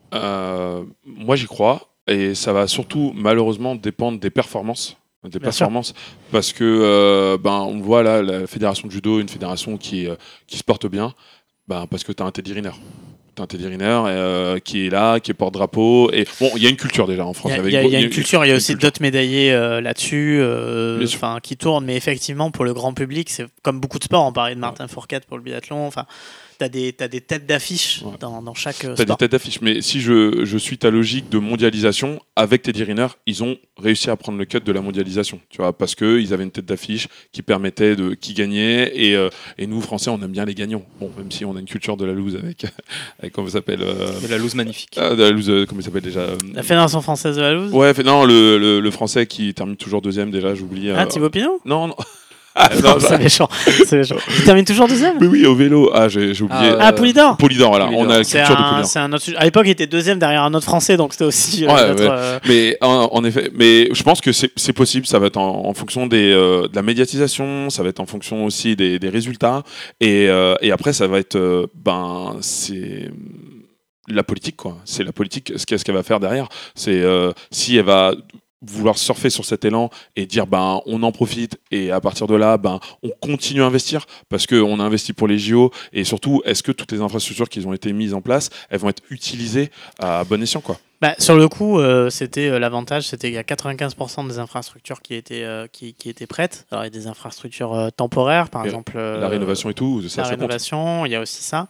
Moi, j'y crois. Et ça va surtout, malheureusement, dépendre des performances. Parce que on voit là la fédération de judo, une fédération qui se porte bien, parce que tu as un Teddy Riner. T'as un Teddy Riner qui est là, qui est porte-drapeau. Et bon, il y a une culture déjà en France. Il y a une culture, il y a aussi d'autres médaillés là-dessus qui tournent, mais effectivement, pour le grand public, c'est comme beaucoup de sports. On parlait de Martin Fourcade pour le biathlon. T'as des têtes d'affiche dans chaque sport. T'as des têtes d'affiche, mais si je suis ta logique de mondialisation, avec Teddy Riner, ils ont réussi à prendre le cut de la mondialisation, tu vois, parce qu'ils avaient une tête d'affiche qui permettait qui gagnait, et nous, Français, on aime bien les gagnants. Bon, même si on a une culture de la loose avec comment ça s'appelle de la loose magnifique. De la loose, comment ça s'appelle déjà La Fédération française de la loose. Ouais, non, le Français qui termine toujours deuxième, déjà, j'oublie. Thibaut Pinot. Non. C'est méchant. Il termine toujours deuxième. Mais oui, au vélo. J'ai oublié. Poulidor. Voilà. On a la culture de Poulidor. C'est un autre sujet. À l'époque, il était deuxième derrière un autre Français, donc c'était aussi. Mais en effet, mais je pense que c'est possible. Ça va être en fonction de la médiatisation. Ça va être en fonction aussi des résultats. Et après, ça va être c'est la politique, quoi. C'est la politique. Qu'est-ce qu'elle va faire derrière ? C'est si elle va vouloir surfer sur cet élan et dire on en profite, et à partir de là on continue à investir parce qu'on a investi pour les JO, et surtout est-ce que toutes les infrastructures qui ont été mises en place, elles vont être utilisées à bon escient, quoi. Sur le coup, c'était l'avantage, c'était qu'il y a 95% des infrastructures qui étaient prêtes. Alors il y a des infrastructures temporaires, par exemple la rénovation et tout, ça rénovation, il y a aussi ça.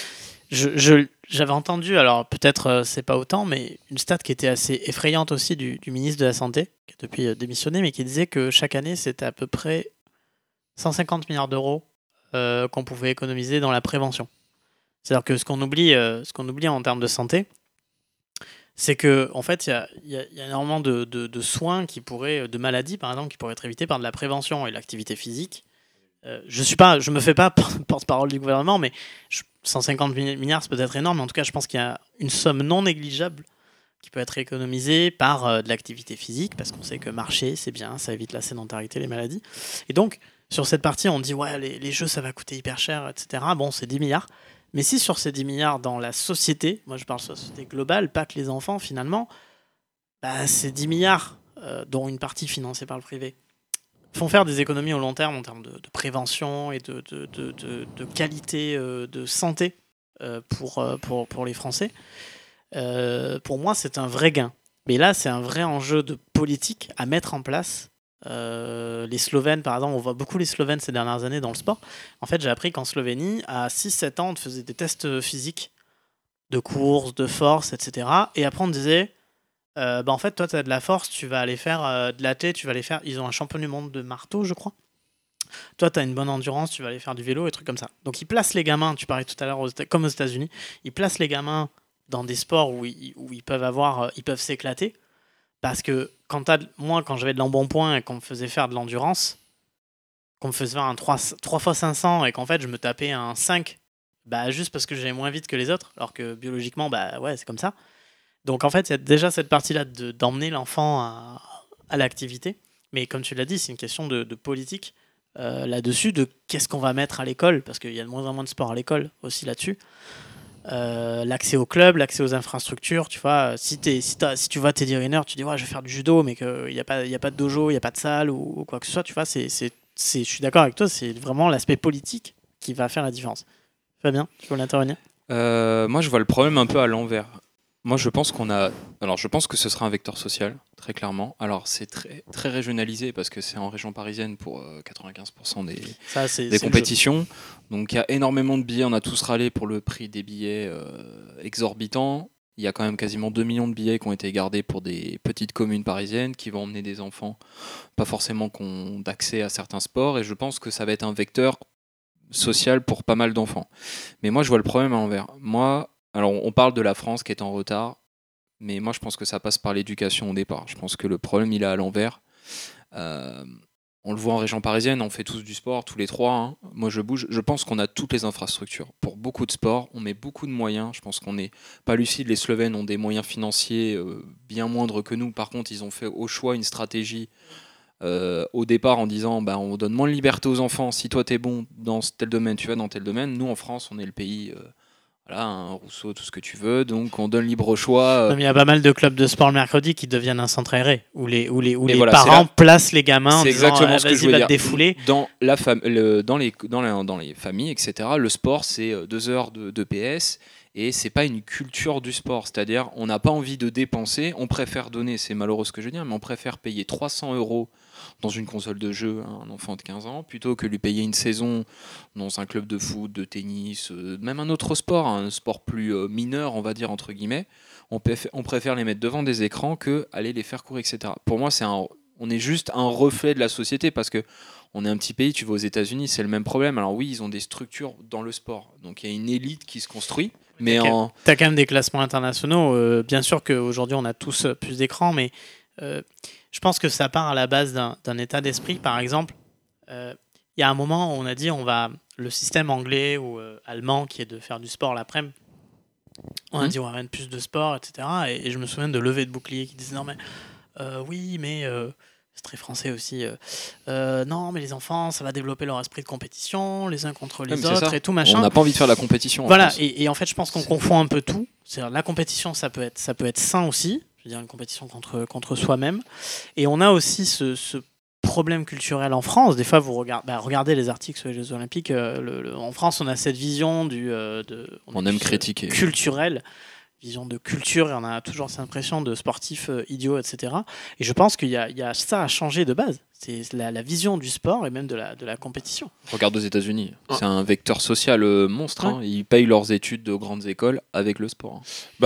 J'avais entendu, alors peut-être c'est pas autant, mais une stat qui était assez effrayante aussi du ministre de la Santé, qui a depuis démissionné, mais qui disait que chaque année, c'était à peu près 150 milliards d'euros qu'on pouvait économiser dans la prévention. C'est-à-dire que ce qu'on oublie en termes de santé, c'est que en fait, il y a énormément de soins de maladies, par exemple, qui pourraient être évités par de la prévention et l'activité physique. Je me fais pas porte-parole du gouvernement, mais 150 milliards, c'est peut-être énorme, mais en tout cas, je pense qu'il y a une somme non négligeable qui peut être économisée par de l'activité physique, parce qu'on sait que marcher, c'est bien, ça évite la sédentarité, les maladies. Et donc, sur cette partie, on dit, ouais, les jeux, ça va coûter hyper cher, etc. Bon, c'est 10 milliards. Mais si sur ces 10 milliards, dans la société, moi je parle de société globale, pas que les enfants, finalement, c'est 10 milliards, dont une partie financée par le privé, font faire des économies au long terme en termes de prévention et de qualité de santé pour les Français. Pour moi, c'est un vrai gain. Mais là, c'est un vrai enjeu de politique à mettre en place. Les Slovènes, par exemple, on voit beaucoup les Slovènes ces dernières années dans le sport. En fait, j'ai appris qu'en Slovénie, à 6-7 ans, on te faisait des tests physiques de course, de force, etc. Et après, on te disait... en fait, toi, tu as de la force, tu vas aller faire de l'athlé, tu vas aller faire... Ils ont un champion du monde de marteau, je crois. Toi, tu as une bonne endurance, tu vas aller faire du vélo et trucs comme ça. Donc, ils placent les gamins, tu parlais tout à l'heure, comme aux États-Unis, ils placent les gamins dans des sports où ils peuvent s'éclater. Parce que moi, quand j'avais de l'embonpoint et qu'on me faisait faire de l'endurance, qu'on me faisait faire un 3 x 500 et qu'en fait, je me tapais un 5, juste parce que j'allais moins vite que les autres, alors que biologiquement, c'est comme ça. Donc en fait, il y a déjà cette partie-là d'emmener l'enfant à l'activité. Mais comme tu l'as dit, c'est une question de politique là-dessus, de qu'est-ce qu'on va mettre à l'école, parce qu'il y a de moins en moins de sport à l'école aussi là-dessus. L'accès au club, l'accès aux infrastructures, tu vois. Si tu vois Teddy Riner, tu dis ouais, je vais faire du judo, mais qu'il n'y a pas de dojo, il n'y a pas de salle ou quoi que ce soit, tu vois. Je suis d'accord avec toi, c'est vraiment l'aspect politique qui va faire la différence. Fabien, tu veux l'intervenir ? Moi, je vois le problème un peu à l'envers. Moi, je pense que ce sera un vecteur social, très clairement. Alors, c'est très, très régionalisé parce que c'est en région parisienne pour 95% des compétitions. Donc, il y a énormément de billets. On a tous râlé pour le prix des billets exorbitants. Il y a quand même quasiment 2 millions de billets qui ont été gardés pour des petites communes parisiennes qui vont emmener des enfants, pas forcément qui ont d'accès à certains sports. Et je pense que ça va être un vecteur social pour pas mal d'enfants. Mais moi, je vois le problème à l'envers. Moi, alors on parle de la France qui est en retard, mais moi, je pense que ça passe par l'éducation au départ. Je pense que le problème, il est à l'envers. Euh, on le voit en région parisienne, on fait tous du sport, tous les trois. Hein. Moi, je bouge. Je pense qu'on a toutes les infrastructures. Pour beaucoup de sports, on met beaucoup de moyens. Je pense qu'on n'est pas lucide. Les Slovènes ont des moyens financiers bien moindres que nous. Par contre, ils ont fait au choix une stratégie au départ en disant on donne moins de liberté aux enfants. Si toi, t'es bon dans tel domaine, tu vas dans tel domaine. Nous, en France, on est le pays... Voilà, un Rousseau, tout ce que tu veux, donc on donne libre choix. Il y a pas mal de clubs de sport le mercredi qui deviennent un centre aéré, où les voilà, parents placent les gamins en c'est disant exactement ce que je vas-y, veux va te dire. défouler. Dans les familles, etc., le sport, c'est 2 heures de PS, et c'est pas une culture du sport. C'est-à-dire, on n'a pas envie de dépenser, on préfère donner, c'est malheureux ce que je veux dire, mais on préfère payer 300 € dans une console de jeu à un enfant de 15 ans, plutôt que lui payer une saison dans un club de foot, de tennis, même un autre sport, un sport plus mineur, on va dire, entre guillemets. On préfère les mettre devant des écrans que aller les faire courir, etc. Pour moi, on est juste un reflet de la société, parce que on est un petit pays, tu vas aux États-Unis, c'est le même problème. Alors oui, ils ont des structures dans le sport, donc il y a une élite qui se construit. Mais t'as quand même des classements internationaux. Bien sûr qu'aujourd'hui, on a tous plus d'écrans, mais je pense que ça part à la base d'un état d'esprit. Par exemple, il y a un moment où on a dit le système anglais ou allemand qui est de faire du sport l'après-midi, on a dit on va mettre plus de sport, etc. Et je me souviens de levées de boucliers qui disaient non mais oui, mais c'est très français aussi. Non, mais les enfants, ça va développer leur esprit de compétition, les uns contre les autres et tout machin. On n'a pas envie de faire la compétition. Voilà, et en fait, je pense qu'on confond un peu tout. C'est-à-dire, la compétition, ça peut être sain aussi. Je veux dire, une compétition contre soi-même. Et on a aussi ce problème culturel en France. Des fois, vous regardez les articles sur les Jeux Olympiques. En France, on a cette vision on aime critiquer. Culturelle. Vision de culture, et on a toujours cette impression de sportifs idiots, etc. Et je pense qu'il y a ça à changer de base. C'est la vision du sport et même de la compétition. Regarde aux États-Unis, c'est un vecteur social monstre. Ouais. Hein. Ils payent leurs études de grandes écoles avec le sport.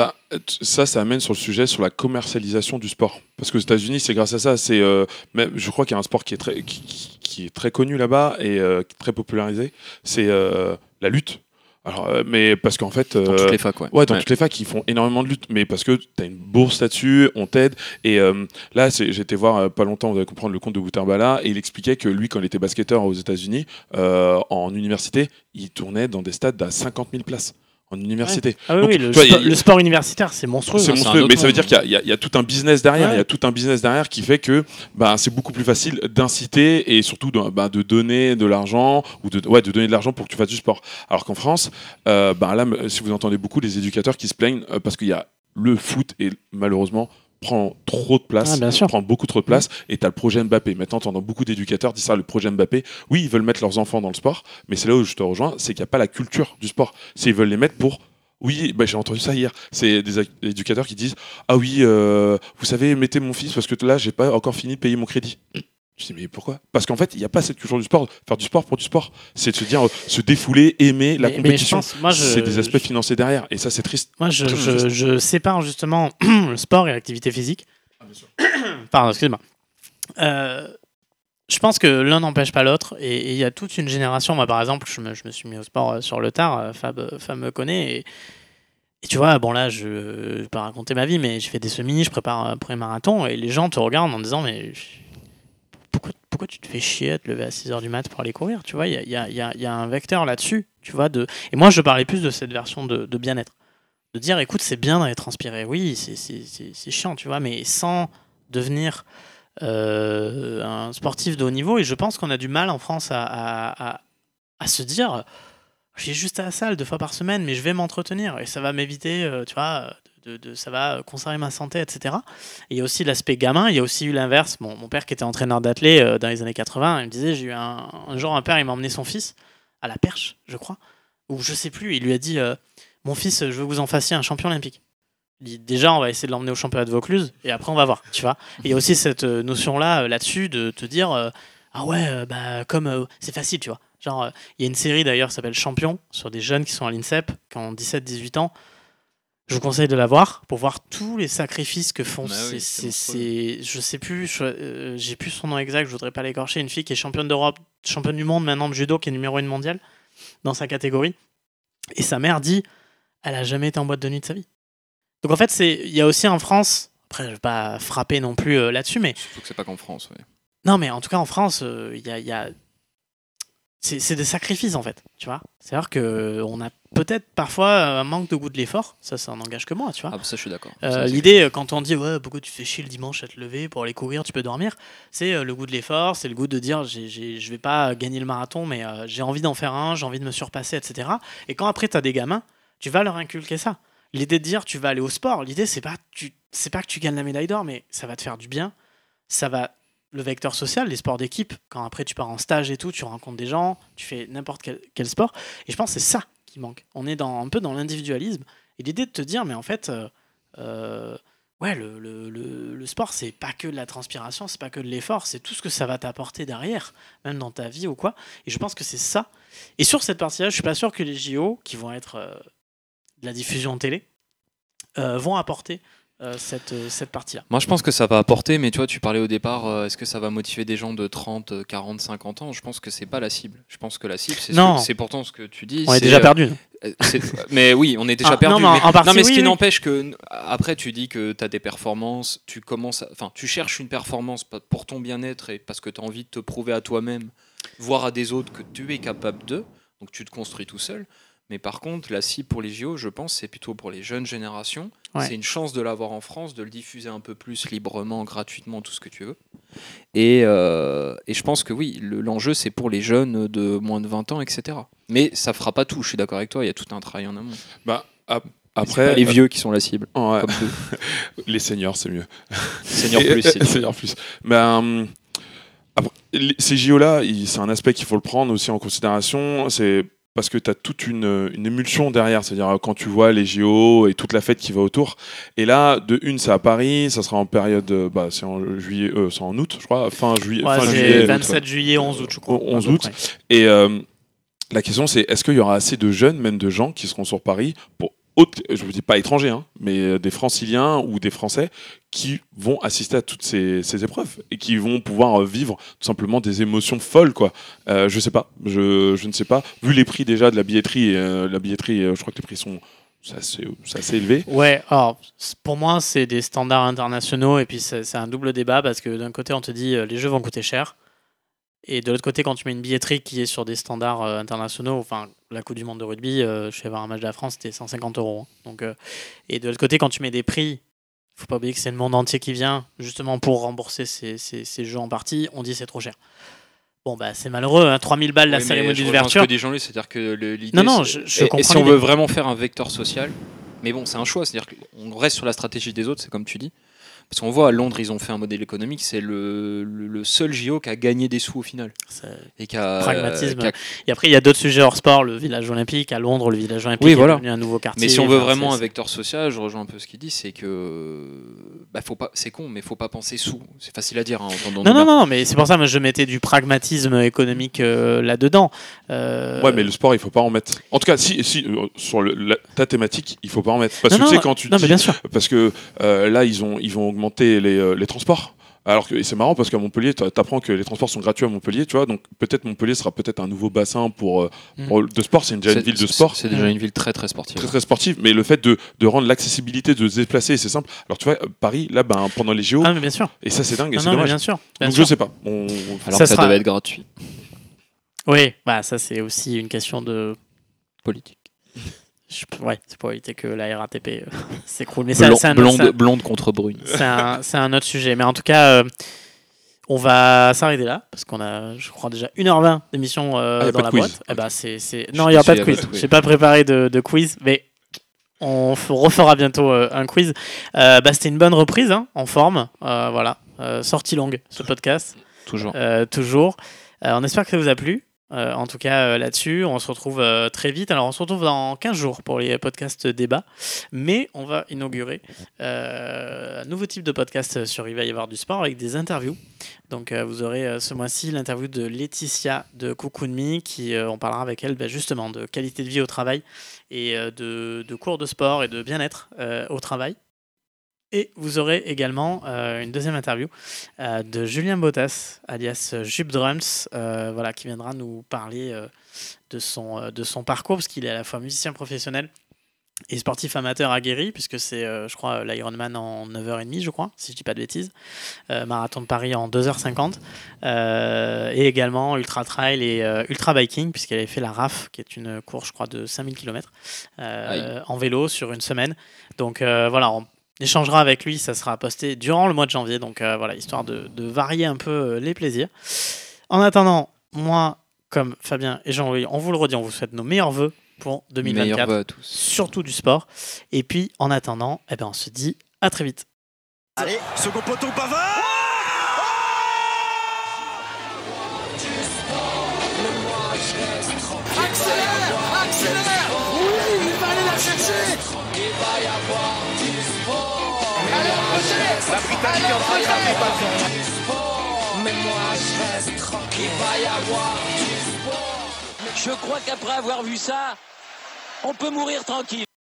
Ça amène sur le sujet sur la commercialisation du sport. Parce qu'aux États-Unis, c'est grâce à ça. Je crois qu'il y a un sport qui est très connu là-bas et très popularisé. C'est la lutte. Alors, mais parce qu'en fait, dans toutes les facs, toutes les facs, ils font énormément de lutte, mais parce que tu as une bourse là-dessus, on t'aide. Et là, j'étais voir pas longtemps, vous allez comprendre le compte de Boutarbala, et il expliquait que lui, quand il était basketteur aux États-Unis, en université, il tournait dans des stades à 50 000 places. En université. Ouais. Ah oui, donc, le sport universitaire, c'est monstrueux. C'est monstrueux, mais ça veut dire qu'il y a tout un business derrière. Il y a tout un business derrière qui fait que c'est beaucoup plus facile d'inciter et surtout de donner de l'argent ou de donner de l'argent pour que tu fasses du sport. Alors qu'en France, là, si vous entendez beaucoup les éducateurs qui se plaignent parce qu'il y a le foot et malheureusement prend trop de place, prend beaucoup trop de place, et tu as le projet Mbappé. Maintenant, tu entends beaucoup d'éducateurs dire ça, le projet Mbappé. Oui, ils veulent mettre leurs enfants dans le sport, mais c'est là où je te rejoins, c'est qu'il n'y a pas la culture du sport. Ils veulent les mettre pour... Oui, j'ai entendu ça hier. C'est des éducateurs qui disent « Ah oui, vous savez, mettez mon fils parce que là, j'ai pas encore fini de payer mon crédit. » Je dis mais pourquoi ? Parce qu'en fait, il n'y a pas cette culture du sport. Faire du sport pour du sport, c'est de se dire, se défouler, aimer la compétition. C'est des aspects financiers derrière, et ça, c'est triste. Moi, je sépare justement le sport et l'activité physique. Ah, bien sûr. Pardon, excuse-moi. Je pense que l'un n'empêche pas l'autre, et il y a toute une génération. Moi, par exemple, je me suis mis au sport sur le tard. Fab me connaît, et tu vois, bon là, je vais pas raconter ma vie, mais je fais des semis, je prépare un premier marathon, et les gens te regardent en disant mais pourquoi tu te fais chier à te lever à 6h du mat pour aller courir, tu vois, il y a un vecteur là-dessus, tu vois, et moi je parlais plus de cette version de bien-être, de dire écoute, c'est bien d'aller transpirer, oui, c'est chiant, tu vois, mais sans devenir un sportif de haut niveau. Et je pense qu'on a du mal en France à se dire je vais juste à la salle 2 fois par semaine, mais je vais m'entretenir et ça va m'éviter, tu vois, ça va conserver ma santé, etc. Et il y a aussi l'aspect gamin. Il y a aussi eu l'inverse. Mon père qui était entraîneur d'athlètes dans les années 80, il me disait, j'ai eu un jour un père, il m'a emmené son fils à la perche, je crois, ou je sais plus, il lui a dit mon fils, je veux que vous en fassiez un champion olympique. Il dit, déjà on va essayer de l'emmener au championnat de Vaucluse et après on va voir, tu vois. Et il y a aussi cette notion là-dessus de te dire ah ouais, comme c'est facile, tu vois. Genre il y a une série d'ailleurs qui s'appelle Champion sur des jeunes qui sont à l'INSEP, qui ont 17-18 ans. Je vous conseille de la voir pour voir tous les sacrifices que font je sais plus, j'ai plus son nom exact, je voudrais pas l'écorcher, une fille qui est championne d'Europe, championne du monde maintenant de judo, qui est numéro 1 mondiale, dans sa catégorie. Et sa mère dit, elle a jamais été en boîte de nuit de sa vie. Donc en fait, il y a aussi en France, après je vais pas frapper non plus là-dessus, mais Surtout que c'est pas qu'en France. Ouais. non, mais en tout cas en France, il y a c'est des sacrifices en fait, tu vois. C'est-à-dire qu'on a peut-être parfois un manque de goût de l'effort, ça n'engage que moi, tu vois. Ah, bah, ça, je suis d'accord. L'idée, quand on dit ouais, pourquoi tu fais chier le dimanche à te lever pour aller courir, tu peux dormir, c'est le goût de l'effort, c'est le goût de dire je vais pas gagner le marathon, mais j'ai envie d'en faire un, j'ai envie de me surpasser, etc. Et quand après tu as des gamins, tu vas leur inculquer ça. L'idée de dire tu vas aller au sport, l'idée c'est pas que tu gagnes la médaille d'or, mais ça va te faire du bien, ça va. Le vecteur social, les sports d'équipe, quand après tu pars en stage et tout, tu rencontres des gens, tu fais n'importe quel sport. Et je pense que c'est ça qui manque. On est un peu dans l'individualisme. Et l'idée de te dire, mais en fait, ouais, le sport, c'est pas que de la transpiration, c'est pas que de l'effort, c'est tout ce que ça va t'apporter derrière, même dans ta vie ou quoi. Et je pense que c'est ça. Et sur cette partie-là, je suis pas sûr que les JO, qui vont être de la diffusion télé, vont apporter cette partie-là. Moi, je pense que ça va apporter, mais tu vois, tu parlais au départ, est-ce que ça va motiver des gens de 30, 40, 50 ans ? Je pense que c'est pas la cible. Je pense que la cible, c'est pourtant ce que tu dis. On est déjà perdu. Mais oui, on est déjà perdu. Non, en partie, mais ce qui oui. n'empêche que, après, tu dis que tu as des performances, tu cherches une performance pour ton bien-être et parce que tu as envie de te prouver à toi-même, voire à des autres que tu es capable de. Donc, tu te construis tout seul. Mais par contre, la cible pour les JO, je pense, c'est plutôt pour les jeunes générations. Ouais. C'est une chance de l'avoir en France, de le diffuser un peu plus librement, gratuitement, tout ce que tu veux. Et je pense que oui, l'enjeu, c'est pour les jeunes de moins de 20 ans, etc. Mais ça fera pas tout, je suis d'accord avec toi, il y a tout un travail en amont. Après, c'est pas les vieux qui sont la cible. Ouais. Comme les seniors, c'est mieux. Seniors plus. Seniors plus. Après, ces JO-là, c'est un aspect qu'il faut le prendre aussi en considération. C'est parce que tu as toute une émulsion derrière, c'est-à-dire quand tu vois les JO et toute la fête qui va autour. Et là, c'est à Paris, ça sera en période, c'est en juillet, c'est en août, je crois, fin juillet. Ouais, fin c'est juillet, 27 juillet, 11 août, je crois. 11 août. Et la question, c'est est-ce qu'il y aura assez de jeunes, même de gens, qui seront sur Paris pour je ne vous dis pas étrangers, hein, mais des Franciliens ou des Français qui vont assister à toutes ces épreuves et qui vont pouvoir vivre tout simplement des émotions folles, quoi. Je sais pas, je ne sais pas. Vu les prix déjà de la billetterie, je crois que les prix sont assez élevés. Ouais, alors pour moi c'est des standards internationaux et puis c'est un double débat parce que d'un côté on te dit les jeux vont coûter cher. Et de l'autre côté, quand tu mets une billetterie qui est sur des standards internationaux, enfin la Coupe du Monde de rugby, je suis allé voir un match de la France, c'était 150 €. Donc, et de l'autre côté, quand tu mets des prix, il ne faut pas oublier que c'est le monde entier qui vient justement pour rembourser ces jeux en partie. On dit c'est trop cher. Bon, c'est malheureux, hein, 3000 balles la cérémonie d'ouverture. Ce que dit Jean-Louis, c'est-à-dire que l'idée. Non, je comprends. Et si on veut vraiment faire un vecteur social, mais bon, c'est un choix, c'est-à-dire qu'on reste sur la stratégie des autres, c'est comme tu dis. Parce qu'on voit à Londres, ils ont fait un modèle économique, c'est le seul JO qui a gagné des sous au final. Et pragmatisme. Et après, il y a d'autres sujets hors sport, le village olympique. À Londres, le village olympique est devenu un nouveau quartier. Mais si on veut vraiment un vecteur social, je rejoins un peu ce qu'il dit, c'est que faut pas, c'est con, mais il faut pas penser sous. C'est facile à dire. Hein, non, mais c'est pour ça que je mettais du pragmatisme économique là-dedans. Ouais, mais le sport, il faut pas en mettre. En tout cas, si sur ta thématique, il faut pas en mettre. Parce que tu sais, quand tu dis, bien sûr. Parce que là, ils vont augmenter les transports. Alors que c'est marrant parce qu'à Montpellier, tu apprends que les transports sont gratuits à Montpellier, tu vois. Donc peut-être Montpellier sera peut-être un nouveau bassin de sport. C'est déjà une ville de sport. C'est déjà une ville très très sportive. Très très sportive. Mais le fait de rendre l'accessibilité de se déplacer, c'est simple. Alors tu vois, Paris, là, pendant les JO. Ah, mais bien sûr. Et ça, c'est dingue. Et c'est dommage. Bien sûr. Donc je sais pas. Alors que ça devait être gratuit. Oui, ça c'est aussi une question de politique. C'est pour éviter que la RATP s'écroule. Mais blonde contre brune. C'est un autre sujet. Mais en tout cas, on va s'arrêter là, parce qu'on a, je crois, déjà 1h20 d'émission dans la boîte. Non, il n'y aura pas de quiz. Je n'ai pas préparé de quiz, mais on refera bientôt un quiz. C'était une bonne reprise, hein, en forme. Voilà. Sortie longue, ce podcast. Toujours. On espère que ça vous a plu. En tout cas, là-dessus, on se retrouve très vite. Alors, on se retrouve dans 15 jours pour les podcasts débats, mais on va inaugurer un nouveau type de podcast sur Il va y avoir du sport avec des interviews. Donc, vous aurez ce mois-ci l'interview de Laetitia de Coucou qui on parlera avec elle justement de qualité de vie au travail et de cours de sport et de bien-être au travail. Et vous aurez également une deuxième interview de Julien Bottas, alias Jup Drums, voilà, qui viendra nous parler de son parcours, parce qu'il est à la fois musicien professionnel et sportif amateur aguerri, puisque c'est, je crois, l'Ironman en 9h30, je crois, si je dis pas de bêtises, marathon de Paris en 2h50, et également ultra trail et ultra biking, puisqu'elle avait fait la RAF, qui est une course, je crois, de 5000 km en vélo sur une semaine. Donc voilà, on échangera avec lui, ça sera posté durant le mois de janvier, donc voilà, histoire de varier un peu les plaisirs. En attendant, moi, comme Fabien et Jean-Louis, on vous le redit, on vous souhaite nos meilleurs vœux pour 2024, Meilleurs vœux à tous. surtout du sport. Et puis, en attendant, on se dit à très vite. Allez, second poteau, Pavard. Accélère. Oui, il va aller la chercher. Il va y avoir du sport. Allez, la Britannique est en train de taper Pavard. Du sport. Mais moi je reste tranquille. Il va y avoir du sport. Je crois qu'après avoir vu ça, on peut mourir tranquille.